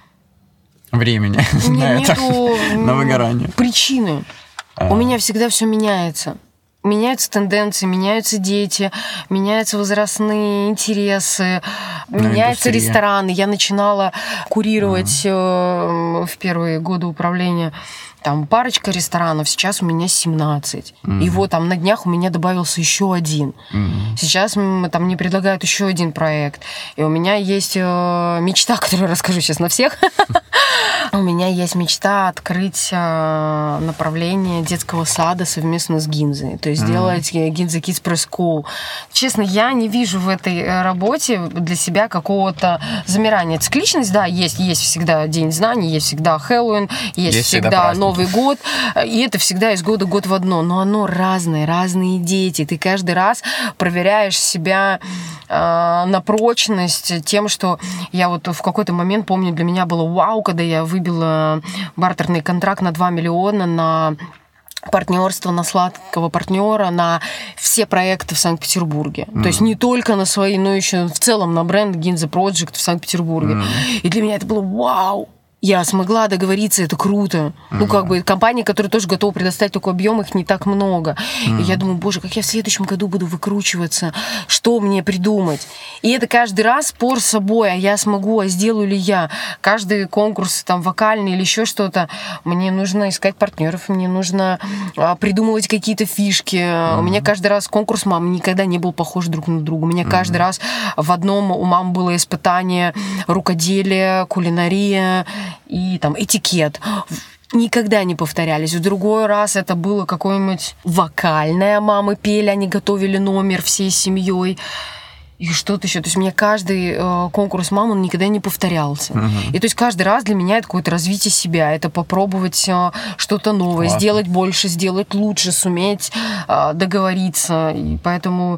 Времени Не- на это, нету на выгорание. причины. А. У меня всегда все меняется. Меняются тенденции, меняются дети, меняются возрастные интересы, меняются индустрия. рестораны. Я начинала курировать э, в первые годы управления там парочка ресторанов, сейчас у меня семнадцать. И вот там на днях у меня добавился еще один. Сейчас м, там мне предлагают еще один проект. И у меня есть э, мечта, которую я расскажу сейчас на всех. У меня есть мечта открыть э, направление детского сада совместно с Гинзой. То есть сделать Гинза Kids Preschool. Честно, я не вижу в этой э, работе для себя какого-то замирания. Цикличность, да, есть. Есть всегда День знаний, есть всегда Хэллоуин, есть, Есть всегда всегда праздники. Новый год. И это всегда из года в год в одно. Но оно разное, разные дети. Ты каждый раз проверяешь себя э, на прочность тем, что я вот в какой-то момент помню, для меня было вау, когда я выбила бартерный контракт на два миллиона на партнерство, на сладкого партнера, на все проекты в Санкт-Петербурге. Mm. То есть не только на свои, но еще в целом на бренд Ginza Project в Санкт-Петербурге. Mm. И для меня это было вау! Я смогла договориться, это круто. Mm-hmm. Ну, как бы, компании, которые тоже готовы предоставить такой объем, их не так много. Mm-hmm. И я думаю, боже, как я в следующем году буду выкручиваться, что мне придумать. И это каждый раз спор с собой, а я смогу, а сделаю ли я. Каждый конкурс, там, вокальный или еще что-то, мне нужно искать партнеров, мне нужно а, придумывать какие-то фишки. Mm-hmm. У меня каждый раз конкурс мам никогда не был похож друг на друга. У меня mm-hmm. каждый раз в одном у мам было испытание рукоделие, кулинария и там этикет. Никогда не повторялись. В другой раз это было какое-нибудь вокальное, мамы пели, они готовили номер всей семьей. И что-то еще. То есть у меня каждый э, конкурс мам, он никогда не повторялся. Угу. И то есть каждый раз для меня это какое-то развитие себя. Это попробовать э, что-то новое, Классно. Сделать больше, сделать лучше, суметь э, договориться. И поэтому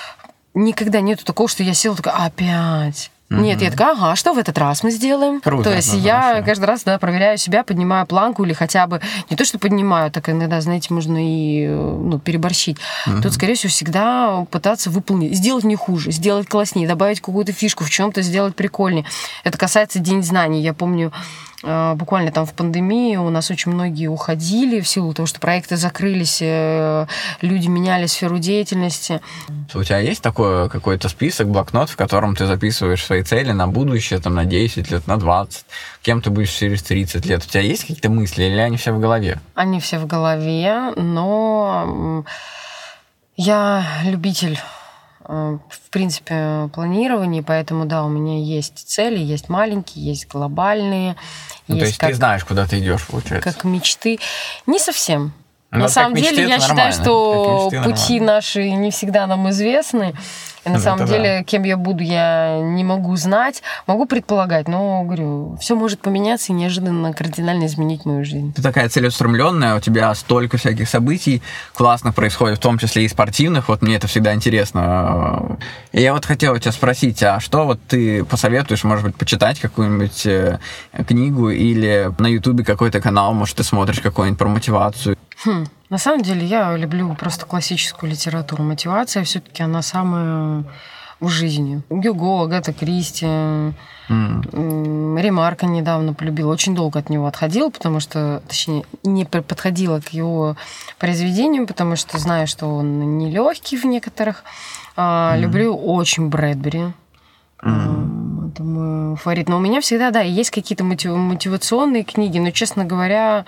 никогда нету такого, что я села такая, опять... Mm-hmm. Нет, я такая, ага, что в этот раз мы сделаем? Круто. То есть Ну, я хорошо. каждый раз, да, проверяю себя, поднимаю планку или хотя бы, не то, что поднимаю, так иногда, знаете, можно и ну, переборщить. Mm-hmm. Тут, скорее всего, всегда пытаться выполнить, сделать не хуже, сделать класснее, добавить какую-то фишку, в чем-то сделать прикольнее. Это касается День знаний. Я помню, буквально там в пандемии у нас очень многие уходили в силу того, что проекты закрылись, люди меняли сферу деятельности. У тебя есть такой какой-то список, блокнот, в котором ты записываешь свои цели на будущее, там, на десять лет, на двадцать? Кем ты будешь через тридцать лет? У тебя есть какие-то мысли или они все в голове? Они все в голове, но я любитель, в принципе, планирования, поэтому, да, у меня есть цели, есть маленькие, есть глобальные. Ну, есть то есть как, ты знаешь, куда ты идешь, получается? Как мечты. Не совсем. Ну, На вот самом как деле, мечты, я это считаю, нормально. что Как мечты, пути нормально. наши не всегда нам известны. И на самом деле, кем я буду, я не могу знать, могу предполагать, но, говорю, все может поменяться и неожиданно кардинально изменить мою жизнь. Ты такая целеустремленная, у тебя столько всяких событий классных происходит, в том числе и спортивных, вот мне это всегда интересно. И я вот хотел тебя спросить, а что вот ты посоветуешь, может быть, почитать какую-нибудь книгу или на Ютубе какой-то канал, может, ты смотришь какой-нибудь про мотивацию? Хм. На самом деле я люблю просто классическую литературу. Мотивация все-таки она самая в жизни. Гюго, Агата Кристи, mm. Ремарка недавно полюбила. Очень долго от него отходила, потому что, точнее, не подходила к его произведениям, потому что знаю, что он нелегкий в некоторых. Mm. Люблю очень Брэдбери. Mm. Это мой фаворит. Но у меня всегда, да, есть какие-то мотивационные книги, но, честно говоря,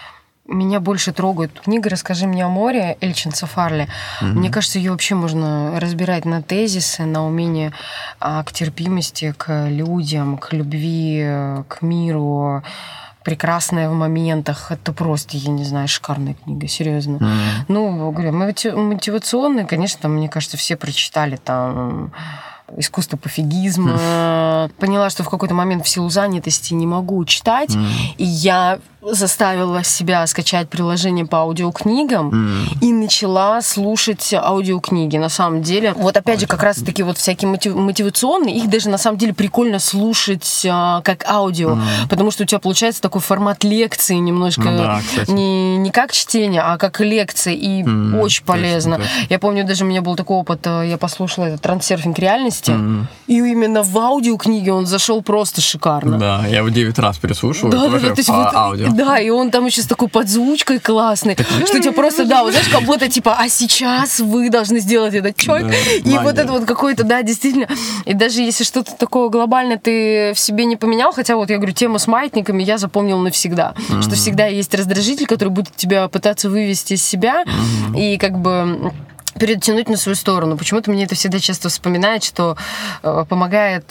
меня больше трогает книга «Расскажи мне о море» Эльчинса Фарли. Mm-hmm. Мне кажется, ее вообще можно разбирать на тезисы, на умение а, к терпимости, к людям, к любви, к миру. Прекрасная в моментах. Это просто, я не знаю, шикарная книга, серьезно. Mm-hmm. Ну, говорю, мотивационные, конечно, мне кажется, все прочитали там «Искусство пофигизма». Поняла, что в какой-то момент в силу занятости не могу читать, mm. и я заставила себя скачать приложение по аудиокнигам mm. и начала слушать аудиокниги. На самом деле, вот опять же, как раз-таки вот всякие мотив- мотивационные, их даже на самом деле прикольно слушать а, как аудио, mm. потому что у тебя получается такой формат лекции немножко, ну, да, не, не как чтение, а как лекция, и mm. очень полезно. Точно, точно. Я помню, даже у меня был такой опыт, я послушала этот «Трансерфинг реальности», mm. и именно в аудиокниге он зашел просто шикарно. Да, я его девять раз переслушиваю, да, тоже да, да, по вот, аудио. Да, и он там еще с такой подзвучкой классной, что тебе просто, да, вот знаешь, как будто типа, а сейчас вы должны сделать этот чой. Да, и магия. Вот это вот какой-то, да, действительно. И даже если что-то такое глобальное ты в себе не поменял, хотя вот я говорю, тему с маятниками я запомнила навсегда, mm-hmm. что всегда есть раздражитель, который будет тебя пытаться вывести из себя, mm-hmm. и как бы перетянуть на свою сторону. Почему-то мне это всегда часто вспоминает, что э, помогает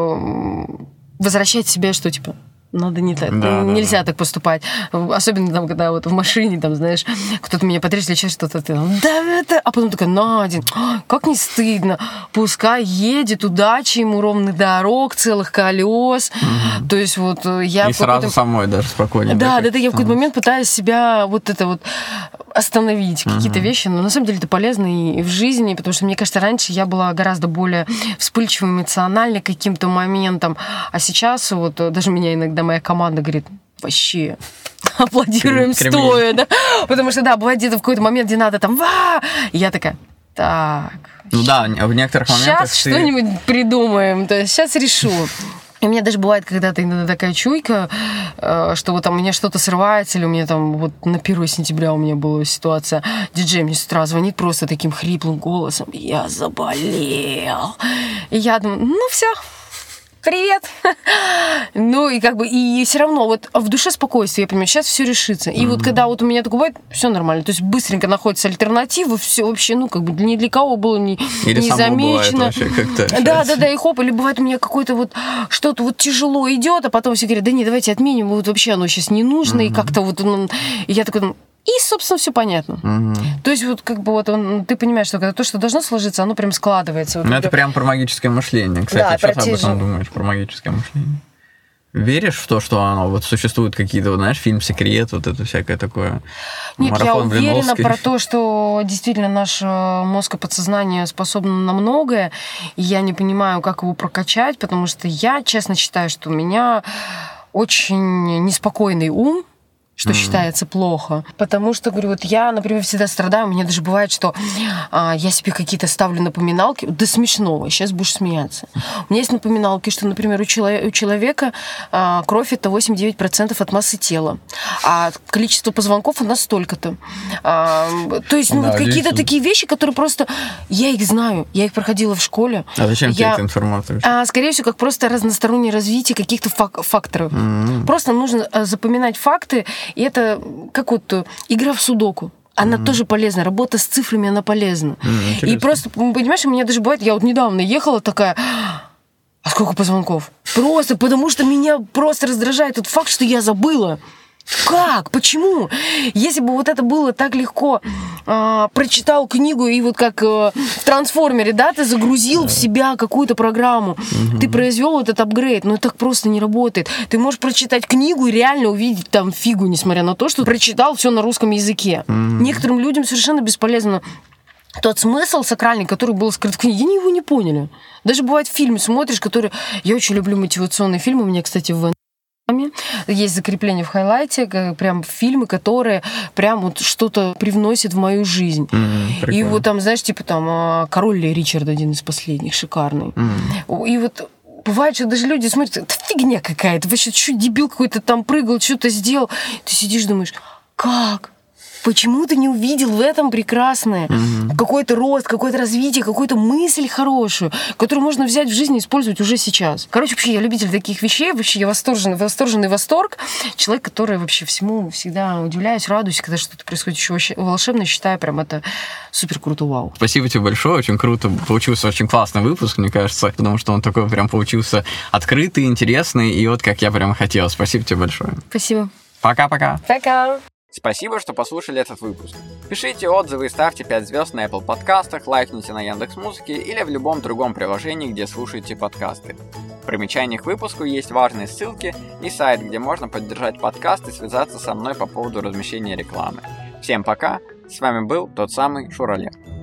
э, возвращать себе, что типа надо не так, да, нельзя да, так поступать. Особенно там, когда вот в машине, там, знаешь, кто-то меня потрясет или что-то, ты там, да, это... А потом такая, Надя, как не стыдно. Пускай едет, удачи ему, ровных дорог, целых колес. Угу. То есть вот я... И сразу самой даже спокойнее. Да, да, да, я в какой-то момент пытаюсь себя вот это вот остановить, какие-то угу. вещи, но на самом деле это полезно и в жизни, потому что, мне кажется, раньше я была гораздо более вспыльчивой, эмоциональной к каким-то моментам, а сейчас вот даже меня иногда моя команда говорит, вообще, аплодируем Крем- стоя, да, потому что, да, бывает где-то в какой-то момент, где надо там, ва, и я такая, так. Ну да, в некоторых моментах сейчас ты... что-нибудь придумаем, то есть сейчас решу. И у меня даже бывает когда-то иногда такая чуйка, что вот там у меня что-то срывается, или у меня там вот на первое сентября у меня была ситуация, диджей мне с утра звонит просто таким хриплым голосом, я заболел. И я думаю, ну все, привет. Ну, и как бы, и все равно вот в душе спокойствие, я понимаю, сейчас все решится. И mm-hmm. вот когда вот у меня такое бывает, все нормально. То есть быстренько находится альтернатива, все вообще, ну, как бы ни для кого было не, не замечено. Да, да, да, и хоп, или бывает у меня какое-то вот что-то вот тяжело идет, а потом все говорят, да не, давайте отменим, вот вообще оно сейчас не нужно, mm-hmm. и как-то вот, ну, и я такой думаю, и, собственно, все понятно. Угу. То есть, вот как бы вот он, ты понимаешь, что когда то, что должно сложиться, оно прям складывается. Вот ну, это прям про магическое мышление. Кстати, да, что ты об этом думаешь, про магическое мышление? Веришь в то, что оно вот существуют какие-то, вот, знаешь, фильм «Секрет», вот это всякое такое? Нет, Марафон я уверена про то, что действительно наш мозг и подсознание способны на многое, и я не понимаю, как его прокачать, потому что я, честно, считаю, что у меня очень неспокойный ум, что mm-hmm. считается плохо. Потому что, говорю, вот я, например, всегда страдаю, у меня даже бывает, что а, я себе какие-то ставлю напоминалки, до смешного, сейчас будешь смеяться. У меня есть напоминалки, что, например, у, чело- у человека а, кровь это восемь-девять процентов от массы тела, а количество позвонков у нас столько-то. А, то есть, ну, да, вот какие-то есть... такие вещи, которые просто... Я их знаю, я их проходила в школе. А зачем я... тебе эта информация? А, скорее всего, как просто разностороннее развитие каких-то фак- факторов. Mm-hmm. Просто нужно запоминать факты. И это как вот игра в судоку. Она mm-hmm. тоже полезна. Работа с цифрами, она полезна. Mm-hmm, и просто, понимаешь, у меня даже бывает, я вот недавно ехала такая, а сколько позвонков? Просто потому что меня просто раздражает тот факт, что я забыла. Как? Почему? Если бы вот это было так легко, э, прочитал книгу и вот как э, в трансформере, да, ты загрузил в себя какую-то программу, угу. ты произвел этот апгрейд, но так просто не работает. Ты можешь прочитать книгу и реально увидеть там фигу, несмотря на то, что прочитал все на русском языке. Угу. Некоторым людям совершенно бесполезно тот смысл сакральный, который был скрыт в книге, они его не поняли. Даже бывает фильмы смотришь, которые... Я очень люблю мотивационные фильмы, у меня, кстати, в есть закрепление в хайлайте, прям фильмы, которые прям вот что-то привносят в мою жизнь. Mm-hmm, и вот там, знаешь, типа там «Король Ричард» один из последних, шикарный. Mm-hmm. И вот бывает, что даже люди смотрят, это фигня какая-то, вообще, что дебил какой-то там прыгал, что-то сделал. Ты сидишь, думаешь, как? Почему ты не увидел в этом прекрасное? Mm-hmm. Какой-то рост, какое-то развитие, какую-то мысль хорошую, которую можно взять в жизни и использовать уже сейчас. Короче, вообще, я любитель таких вещей. Вообще, я восторженный, восторженный восторг. Человек, который вообще всему всегда удивляюсь, радуюсь, когда что-то происходит еще волшебно, считаю, прям это супер круто, вау. Спасибо тебе большое, очень круто. Получился очень классный выпуск, мне кажется, потому что он такой прям получился открытый, интересный, и вот как я прям хотел. Спасибо тебе большое. Спасибо. Пока-пока. Пока. Спасибо, что послушали этот выпуск. Пишите отзывы и ставьте пять звезд на Apple подкастах, лайкните на Яндекс.Музыке или в любом другом приложении, где слушаете подкасты. В примечаниях к выпуску есть важные ссылки и сайт, где можно поддержать подкаст и связаться со мной по поводу размещения рекламы. Всем пока, с вами был тот самый Шурале.